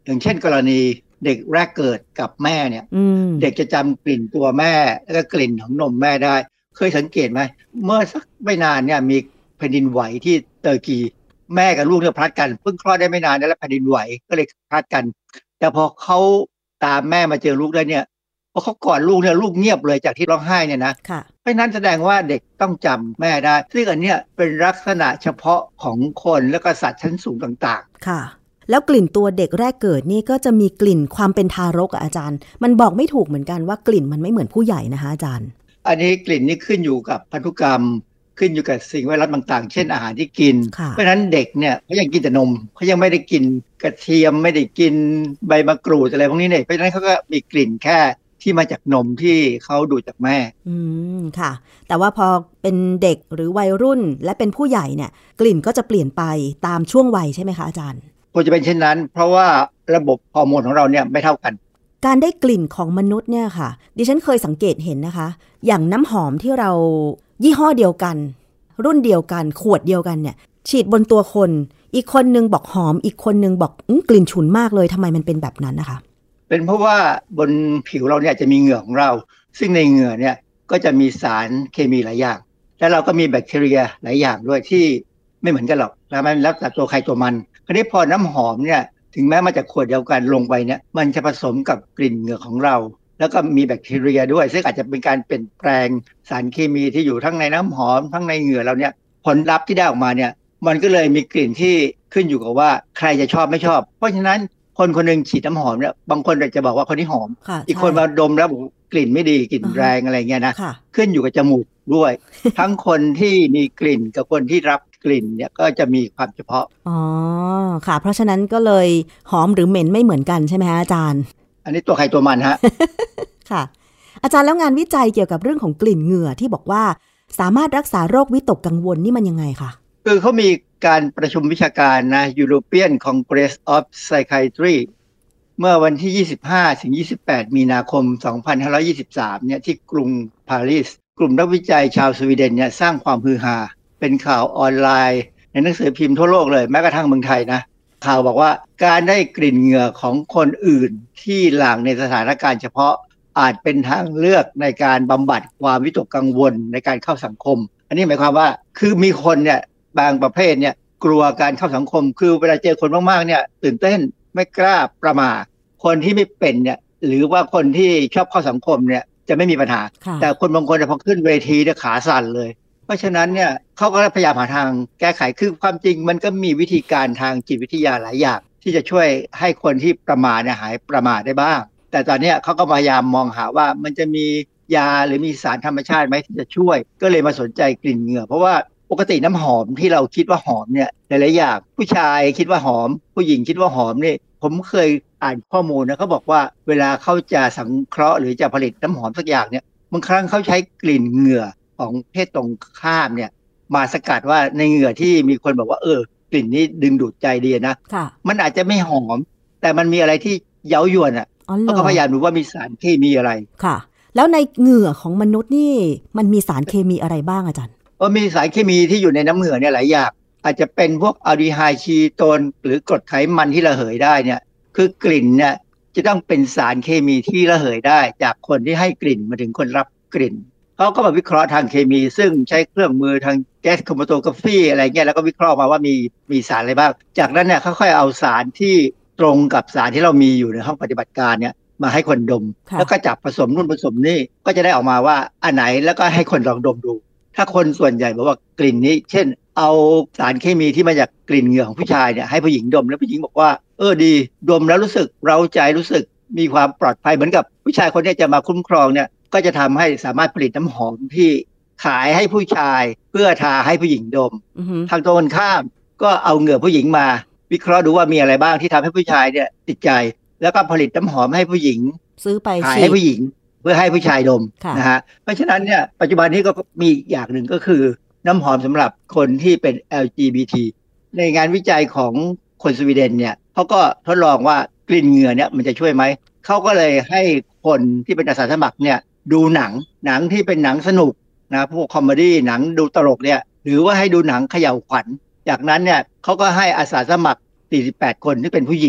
อย่างเช่นกรณีเด็กแรกเกิดกับแม่เนี่ยเด็กจะจำกลิ่นตัวแม่แล้วก็กลิ่นของนมแม่ได้เคยสังเกตไหมเมื่อสักไม่นานเนี่ยมีแผ่นดินไหวที่เตอร์กีแม่กับลูกเนี่ยพลัดกันเพิ่งคลอดได้ไม่นานแล้วแผ่นดินไหวก็เลยพลัดกันแต่พอเขาตามแม่มาเจอลูกได้เนี่ยพอเขากอดลูกเนี่ยลูกเงียบเลยจากที่ร้องไห้เนี่ยนะเพราะนั้นแสดงว่าเด็กต้องจำแม่ได้ซึ่งอันเนี้ยเป็นลักษณะเฉพาะของคนและก็สัตว์ชั้นสูงต่างๆค่ะแล้วกลิ่นตัวเด็กแรกเกิดนี่ก็จะมีกลิ่นความเป็นทารกอ่ะอาจารย์มันบอกไม่ถูกเหมือนกันว่ากลิ่นมันไม่เหมือนผู้ใหญ่นะคะอาจารย์อันนี้กลิ่นนี่ขึ้นอยู่กับพันธุกรรมขึ้นอยู่กับสิ่งแวดล้อมต่างๆเช่นอาหารที่กินเพราะฉะนั้นเด็กเนี่ยเขายังกินแต่นมเขายังไม่ได้กินกระเทียมไม่ได้กินใบมะกรูดอะไรพวกนี้เนี่ยเพราะฉะนั้นเขาก็มีกลิ่นแค่ที่มาจากนมที่เขาดูดจากแม่อืมค่ะแต่ว่าพอเป็นเด็กหรือวัยรุ่นและเป็นผู้ใหญ่เนี่ยกลิ่นก็จะเปลี่ยนไปตามช่วงวัยใช่ไหมคะอาจารย์ควรจะเป็นเช่นนั้นเพราะว่าระบบฮอร์โมนของเราเนี่ยไม่เท่ากันการได้กลิ่นของมนุษย์เนี่ยค่ะดิฉันเคยสังเกตเห็นนะคะอย่างน้ำหอมที่เรายี่ห้อเดียวกันรุ่นเดียวกันขวดเดียวกันเนี่ยฉีดบนตัวคนอีกคนนึงบอกหอมอีกคนนึงบอกกลิ่นฉุนมากเลยทำไมมันเป็นแบบนั้นนะคะเป็นเพราะว่าบนผิวเราเนี่ยจะมีเหงื่อของเราซึ่งในเหงื่อเนี่ยก็จะมีสารเคมีหลายอย่างและเราก็มีแบคทีเรียหลายอย่างด้วยที่ไม่เหมือนกันหรอกแล้วมันแล้วแต่ตัวใครตัวมันคราวนี้พอน้ำหอมเนี่ยถึงแม้มาจากขวดเดียวกันลงไปเนี่ยมันจะผสมกับกลิ่นเหงื่อของเราแล้วก็มีแบคทีเรียด้วยซึ่งอาจจะเป็นการเปลี่ยนแปลงสารเคมีที่อยู่ทั้งในน้ำหอมทั้งในเหงื่อเราเนี่ยผลลัพธ์ที่ได้ออกมาเนี่ยมันก็เลยมีกลิ่นที่ขึ้นอยู่กับว่าใครจะชอบไม่ชอบเพราะฉะนั้นคนคนนึงฉีดน้ำหอมเนี่ยบางคนจะบอกว่าคนนี้หอมอีกคนมาดมแล้วกลิ่นไม่ดีกลิ่นแรงอะไรเงี้ยนะขึ้นอยู่กับจมูกด้วย ทั้งคนที่มีกลิ่นกับคนที่รับกลิ่นเนี่ยก็จะมีความเฉพาะอ๋อค่ะเพราะฉะนั้นก็เลยหอมหรือเหม็นไม่เหมือนกันใช่ไหมฮะอาจารย์อันนี้ตัวใครตัวมันฮะค่ะอาจารย์แล้วงานวิจัยเกี่ยวกับเรื่องของกลิ่นเหงื่อที่บอกว่าสามารถรักษาโรควิตกกังวลนี่มันยังไงคะคือเขามีการประชุมวิชาการนะ European Congress of Psychiatry เมื่อวันที่ ยี่สิบห้าถึงยี่สิบแปด มีนาคม สองพันห้าร้อยยี่สิบสาม เนี่ยที่กรุงปารีสกลุ่มนักวิจัยชาวสวีเดนเนี่ยสร้างความฮือฮาเป็นข่าวออนไลน์ในหนังสือพิมพ์ทั่วโลกเลยแม้กระทั่งเมืองไทยนะข่าวบอกว่าการได้กลิ่นเหงื่อของคนอื่นที่หลั่งในสถานการณ์เฉพาะอาจเป็นทางเลือกในการบำบัดความวิตกกังวลในการเข้าสังคมอันนี้หมายความว่าคือมีคนเนี่ยบางประเภทเนี่ยกลัวการเข้าสังคมคือเวลาเจอคนมากๆเนี่ยตื่นเต้นไม่กล้าประมาทคนที่ไม่เป็นเนี่ยหรือว่าคนที่ชอบเข้าสังคมเนี่ยจะไม่มีปัญหาแต่คนบางคนพอขึ้นเวทีเนี่ยขาสั่นเลยเพราะฉะนั้นเนี่ยเขาก็พยายามหาทางแก้ไขคือความจริงมันก็มีวิธีการทางจิตวิทยาหลายอย่างที่จะช่วยให้คนที่ประมาทเนี่ยหายประมาทได้บ้างแต่ตอนนี้เขาก็พยายามมองหาว่ามันจะมียาหรือมีสารธรรมชาติไหมที่จะช่วยก็เลยมาสนใจกลิ่นเหงื่อเพราะว่าปกติน้ำหอมที่เราคิดว่าหอมเนี่ยหลายๆอย่างผู้ชายคิดว่าหอมผู้หญิงคิดว่าหอมนี่ผมเคยอ่านข้อมูลนะเขาบอกว่าเวลาเขาจะสังเคราะห์หรือจะผลิตน้ำหอมสักอย่างเนี่ยบางครั้งเขาใช้กลิ่นเหงื่อของเพศตรงข้ามเนี่ยมาสกัดว่าในเหงื่อที่มีคนบอกว่าเออกลิ่นนี้ดึงดูดใจดีนะมันอาจจะไม่หอมแต่มันมีอะไรที่เย้ายวนอ่ะเขาก็พยายามดูว่ามีสารเคมีอะไรค่ะแล้วในเหงื่อของมนุษย์นี่มันมีสารเคมีอะไรบ้างอาจารย์เออมีสารเคมีที่อยู่ในน้ำเหงื่อเนี่ยหลายอย่างอาจจะเป็นพวกอะลดีไฮด์คีโตนหรือกรดไขมันที่ระเหยได้เนี่ยคือกลิ่นเนี่ยจะต้องเป็นสารเคมีที่ระเหยได้จากคนที่ให้กลิ่นมาถึงคนรับกลิ่นเขาก็มาวิเคราะห์ทางเคมีซึ่งใช้เครื่องมือทางแก๊สโครมาโตกราฟีอะไรเงี้ยแล้วก็วิเคราะห์มาว่ามีมีสารอะไรบ้างจากนั้นเนี่ยเขาค่อยเอาสารที่ตรงกับสารที่เรามีอยู่ในห้องปฏิบัติการเนี่ยมาให้คนดมแล้วก็จับผสมนู่นผสมนี่ก็จะได้ออกมาว่าอันไหนแล้วก็ให้คนลองดมดูถ้าคนส่วนใหญ่บอกว่ากลิ่นนี้เช่นเอาสารเคมีที่มาจากกลิ่นเหงื่อของผู้ชายเนี่ยให้ผู้หญิงดมแล้วผู้หญิงบอกว่าเออดีดมแล้วรู้สึกเร้าใจรู้สึกมีความปลอดภัยเหมือนกับผู้ชายคนนี้จะมาคุ้มครองเนี่ยก็จะทำให้สามารถผลิตน้ำหอมที่ขายให้ผู้ชายเพื่อทาให้ผู้หญิงดม uh-huh. ทางตรงกันข้ามก็เอาเหงื่อผู้หญิงมาวิเคราะห์ดูว่ามีอะไรบ้างที่ทำให้ผู้ชายเนี่ยติดใจแล้วก็ผลิตน้ำหอมให้ผู้หญิงซื้อไปขายให้ผู้หญิงเพื่อให้ผู้ชายดมนะฮะเพราะฉะนั้นเนี่ยปัจจุบันนี้ก็มีอย่างหนึ่งก็คือน้ำหอมสำหรับคนที่เป็น แอล จี บี ที ในงานวิจัยของคนสวีเดนเนี่ยเขาก็ทดลองว่ากลิ่นเหงื่อเนี่ยมันจะช่วยไหมเขาก็เลยให้คนที่เป็นอาสาสมัครเนี่ยดูหนังหนังที่เป็นหนังสนุกนะพวกคอมเมดี้หนังดูตลกเนี่ยหรือว่าให้ดูหนังเขย่าขวัญจากนั้นเนี่ยเขาก็ให้อาสาสมัครสี่สิบแปดคนที่เป็นผู้หญิงท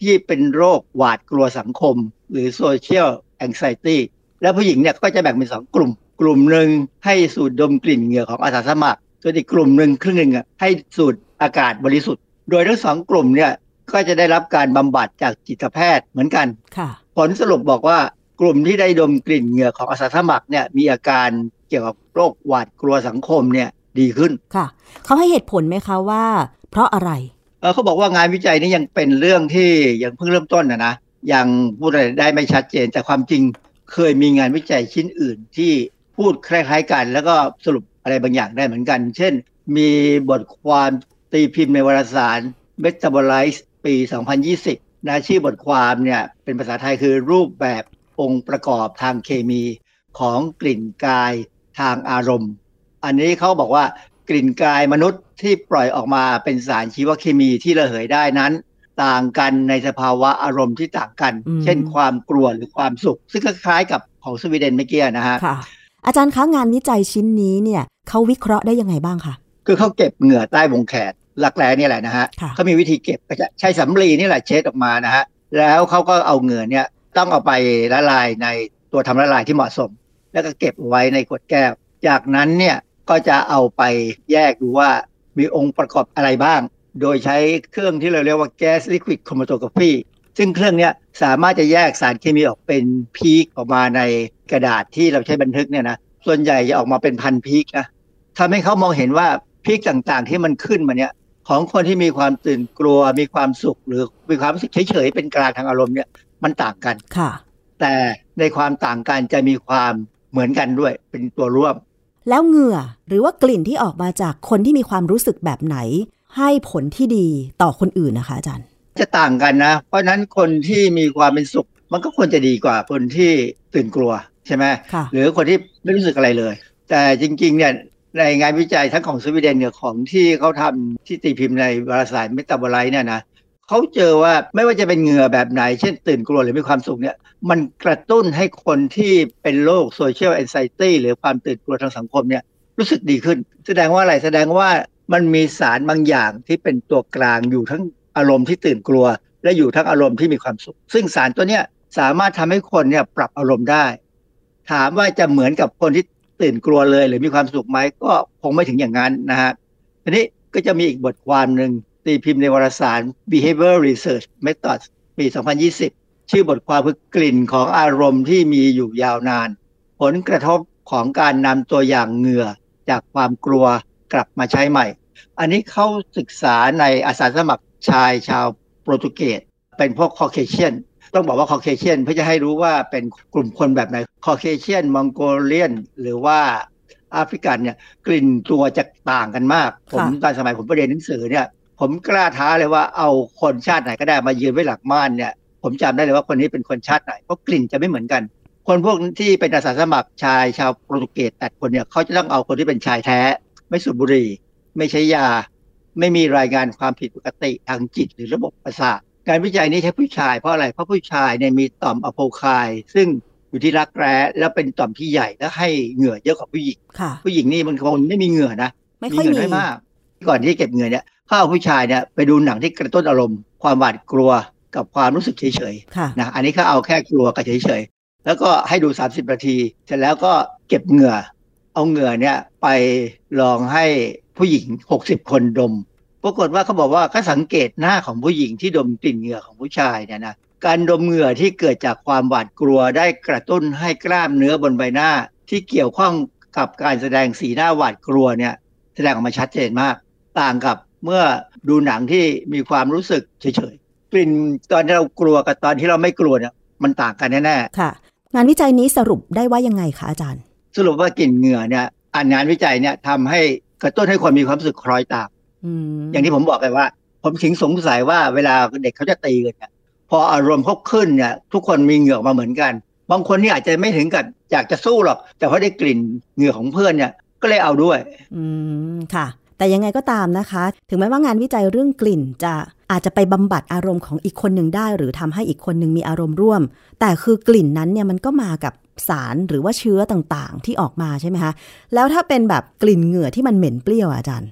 ที่เป็นโรคหวาดกลัวสังคมหรือ social anxiety แล้วผู้หญิงเนี่ยก็จะแบ่งเป็นสองกลุ่มกลุ่มหนึ่งให้สูดดมกลิ่นเหงื่อของอาสาสมัครส่วนอีกกลุ่มหนึ่งครึ่งหนึ่งอ่ะให้สูดอากาศบริสุทธิ์โดยทั้งสองกลุ่มเนี่ยก็จะได้รับการบำบัดจากจิตแพทย์เหมือนกันผลสรุปบอกว่ากลุ่มที่ได้ดมกลิ่นเหงื่อของอาสาสมัครเนี่ยมีอาการเกี่ยวกับโรคหวาดกลัวสังคมเนี่ยดีขึ้นค่ะเขาให้เหตุผลไหมคะว่าเพราะอะไรเออเขาบอกว่างานวิจัยนี้ยังเป็นเรื่องที่ยังเพิ่งเริ่มต้นนะนะยังพูดอะไรได้ไม่ชัดเจนแต่ความจริงเคยมีงานวิจัยชิ้นอื่นที่พูดคล้ายๆกันแล้วก็สรุปอะไรบางอย่างได้เหมือนกันเช่นมีบทความตีพิมพ์ในวารสาร Metabolize ปี สองพันยี่สิบนะชื่อบทความเนี่ยเป็นภาษาไทยคือรูปแบบองค์ประกอบทางเคมีของกลิ่นกายทางอารมณ์อันนี้เขาบอกว่ากลิ่นกายมนุษย์ที่ปล่อยออกมาเป็นสารชีวเคมีที่ระเหยได้นั้นต่างกันในสภาวะอารมณ์ที่ต่างกันเช่นความกลัวหรือความสุขซึ่งคล้ายๆกับของสวีเดนเมื่อกี้นะฮะค่ะอาจารย์คะงานวิจัยชิ้นนี้เนี่ยเขาวิเคราะห์ได้ยังไงบ้างคะคือเขาเก็บเหงื่อใต้วงแขนหลักแร้นี่แหละนะฮะเขามีวิธีเก็บก็จะใช้สำลีนี่แหละเช็ดออกมานะฮะแล้วเขาก็เอาเหงื่อเนี่ยต้องเอาไปละลายในตัวทำละลายที่เหมาะสมแล้วก็เก็บไว้ในขวดแก้วจากนั้นเนี่ยก็จะเอาไปแยกดูว่ามีองค์ประกอบอะไรบ้างโดยใช้เครื่องที่เราเรียกว่า Gas Liquid Chromatography ซึ่งเครื่องนี้สามารถจะแยกสารเคมีออกเป็นพีคออกมาในกระดาษที่เราใช้บันทึกเนี่ยนะส่วนใหญ่จะออกมาเป็นพันพีคนะทำให้เขามองเห็นว่าพีคต่างๆที่มันขึ้นมาเนี่ยของคนที่มีความตื่นกลัวมีความสุขหรือมีความรู้สึกเฉยๆเป็นกลางทางอารมณ์เนี่ยมันต่างกันค่ะแต่ในความต่างกันจะมีความเหมือนกันด้วยเป็นตัวร่วมแล้วเหงื่อหรือว่ากลิ่นที่ออกมาจากคนที่มีความรู้สึกแบบไหนให้ผลที่ดีต่อคนอื่นนะคะอาจารย์จะต่างกันนะเพราะนั้นคนที่มีความเป็นสุขมันก็ควรจะดีกว่าคนที่ตื่นกลัวใช่ไหมหรือคนที่ไม่รู้สึกอะไรเลยแต่จริงๆเนี่ยในงานวิจัยทั้งของสวีเดนเนี่ยของที่เขาทำที่ตีพิมพ์ในวารสาร Metabolize เนี่ยนะเขาเจอว่าไม่ว่าจะเป็นเหงื่อแบบไหนเช่นตื่นกลัวหรือมีความสุขเนี่ยมันกระตุ้นให้คนที่เป็นโรค social anxiety หรือความตื่นกลัวทางสังคมเนี่ยรู้สึกดีขึ้นแสดงว่าอะไรแสดงว่ามันมีสารบางอย่างที่เป็นตัวกลางอยู่ทั้งอารมณ์ที่ตื่นกลัวและอยู่ทั้งอารมณ์ที่มีความสุขซึ่งสารตัวเนี้ยสามารถทำให้คนเนี่ยปรับอารมณ์ได้ถามว่าจะเหมือนกับคนที่ตื่นกลัวเลยหรือมีความสุขไหมก็คงไม่ถึงอย่างนั้นนะฮะทีนี้ก็จะมีอีกบทความหนึ่งตีพิมพ์ในวารสาร Behavioral Research Methods ปี สองพันยี่สิบ ชื่อบทความคือกลิ่นของอารมณ์ที่มีอยู่ยาวนานผลกระทบของการนำตัวอย่างเหงื่อจากความกลัวกลับมาใช้ใหม่อันนี้เขาศึกษาในอาสาสมัครชายชาวโปรตุเกสเป็นพวกคอเคเชียนต้องบอกว่าคอเคเชียนเพื่อจะให้รู้ว่าเป็นกลุ่มคนแบบไหนคอเคเชียนมองโกเลียนหรือว่าแอฟริกันเนี่ยกลิ่นตัวจะต่างกันมากผมตอนสมัยผมไปเรียนหนังสือเนี่ยผมกล้าท้าเลยว่าเอาคนชาติไหนก็ได้มายืนไว้หลังม่านเนี่ยผมจำได้เลยว่าคนนี้เป็นคนชาติไหนเพราะกลิ่นจะไม่เหมือนกันคนพวกที่เป็นอาสาสมัครชายชาวโปรตุเกสแต่คนเนี่ยเขาจะต้องเอาคนที่เป็นชายแท้ไม่สูบบุหรี่ไม่ใช้ยาไม่มีรายงานความผิดปกติทางจิตหรือระบบประสาทการวิจัยนี้ใช้ผู้ชายเพราะอะไรเพราะผู้ชายเนี่ยมีต่อมอะโพไคซึ่งอยู่ที่รักแร้แล้วเป็นต่อมที่ใหญ่และให้เหงื่อเยอะกว่าผู้หญิงผู้หญิงนี่มันคงไม่มีเหงื่อนะมีเหงื่อน้อยมากก่อนที่เก็บเหงื่อเนี่ยเขาเอาผู้ชายเนี่ยไปดูหนังที่กระตุ้นอารมณ์ความหวาดกลัวกับความรู้สึกเฉยๆนะอันนี้เขาเอาแค่กลัวกับเฉยๆแล้วก็ให้ดูสามสิบนาทีเสร็จแล้วก็เก็บเหงื่อเอาเหงื่อเนี่ยไปลองให้ผู้หญิงหกสิบคนดมปรากฏว่าเขาบอกว่าเขาสังเกตหน้าของผู้หญิงที่ดมกลิ่นเหงื่อของผู้ชายเนี่ยนะการดมเหงื่อที่เกิดจากความหวาดกลัวได้กระตุ้นให้กล้ามเนื้อบนใบหน้าที่เกี่ยวข้องกับการแสดงสีหน้าหวาดกลัวเนี่ยแสดงออกมาชัดเจนมากต่างกับเมื่อดูหนังที่มีความรู้สึกเฉยๆกลิ่นตอนที่เรากลัวกับตอนที่เราไม่กลัวเนี่ยมันต่างกันแน่ๆค่ะงานวิจัยนี้สรุปได้ว่ายังไงคะอาจารย์สรุปว่ากลิ่นเหงื่อเนี่ยอันงานวิจัยเนี่ยทำให้กระตุ้นให้คนมีความรู้สึกคล้อยตามอย่างที่ผมบอกไปว่าผมถึงสงสัยว่าเวลาเด็กเขาจะตีกันเนี่ยพออารมณ์เขาขึ้นเนี่ยทุกคนมีเหงื่อมาเหมือนกันบางคนนี่อาจจะไม่ถึงกับอยากจะสู้หรอกแต่พอได้กลิ่นเหงื่อของเพื่อนเนี่ยก็เลยเอาด้วยอืมค่ะแต่ยังไงก็ตามนะคะถึงแม้ว่างานวิจัยเรื่องกลิ่นจะอาจจะไปบำบัดอารมณ์ของอีกคนหนึ่งได้หรือทำให้อีกคนหนึ่งมีอารมณ์ร่วมแต่คือกลิ่นนั้นเนี่ยมันก็มากับสารหรือว่าเชื้อต่างๆที่ออกมาใช่ไหมคะแล้วถ้าเป็นแบบกลิ่นเหงื่อที่มันเหม็นเปรี้ยวอาจารย์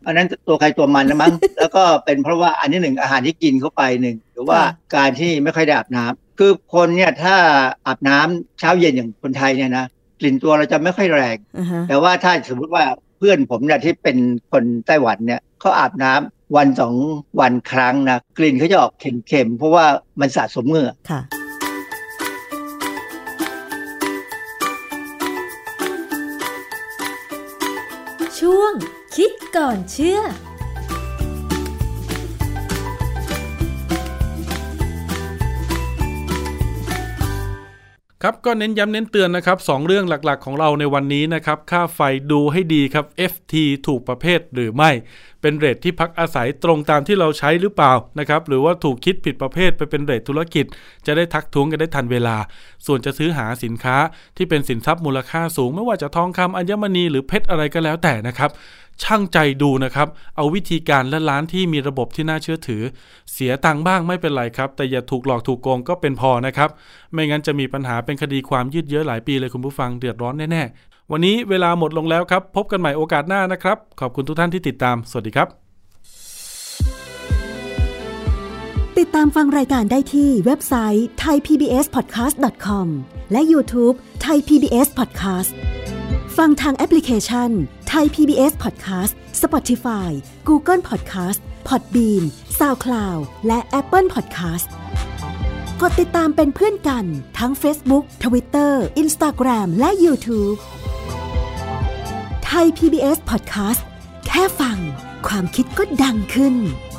อันนั้นตัวใครตัวมันนะมั้ง แล้วก็เป็นเพราะว่าอันนี้หนึ่งอาหารที่กินเข้าไปหนึ่งหรือว่าการที่ไม่ค่อยได้อาบน้ำคือคนเนี่ยถ้าอาบน้ำเช้าเย็นอย่างคนไทยเนี่ยนะกลิ่นตัวเราจะไม่ค่อยแรง uh-huh. แต่ว่าถ้าสมมติว่าเพื่อนผมเนี่ยที่เป็นคนไต้หวันเนี่ยเขาอาบน้ำวันสองวันครั้งนะกลิ่นเขาจะออกเค็มๆเพราะว่ามันสะสมเหงื่อค่ะช่วงคิดก่อนเชื่อครับก็เน้นย้ำเน้นเตือนนะครับสองเรื่องหลักๆของเราในวันนี้นะครับค่าไฟดูให้ดีครับ เอฟ ที ถูกประเภทหรือไม่เป็นเรทที่พักอาศัยตรงตามที่เราใช้หรือเปล่านะครับหรือว่าถูกคิดผิดประเภทไปเป็นเรทธุรกิจจะได้ทักท้วงกันได้ทันเวลาส่วนจะซื้อหาสินค้าที่เป็นสินทรัพย์มูลค่าสูงไม่ว่าจะทองคำอัญมณีหรือเพชรอะไรก็แล้วแต่นะครับช่างใจดูนะครับเอาวิธีการและร้านที่มีระบบที่น่าเชื่อถือเสียตังค์บ้างไม่เป็นไรครับแต่อย่าถูกหลอกถูกโกงก็เป็นพอนะครับไม่งั้นจะมีปัญหาเป็นคดีความยืดเยื้อหลายปีเลยคุณผู้ฟังเดือดร้อนแน่ๆวันนี้เวลาหมดลงแล้วครับพบกันใหม่โอกาสหน้านะครับขอบคุณทุกท่านที่ติดตามสวัสดีครับติดตามฟังรายการได้ที่เว็บไซต์ ไทย พี บี เอส พอดแคสต์ ดอท คอม และ YouTube Thai พี บี เอส Podcastฟังทางแอปพลิเคชัน Thai พี บี เอส Podcast Spotify Google Podcast Podbean SoundCloud และ Apple Podcast กดติดตามเป็นเพื่อนกันทั้ง Facebook Twitter Instagram และ YouTube Thai พี บี เอส Podcast แค่ฟังความคิดก็ดังขึ้น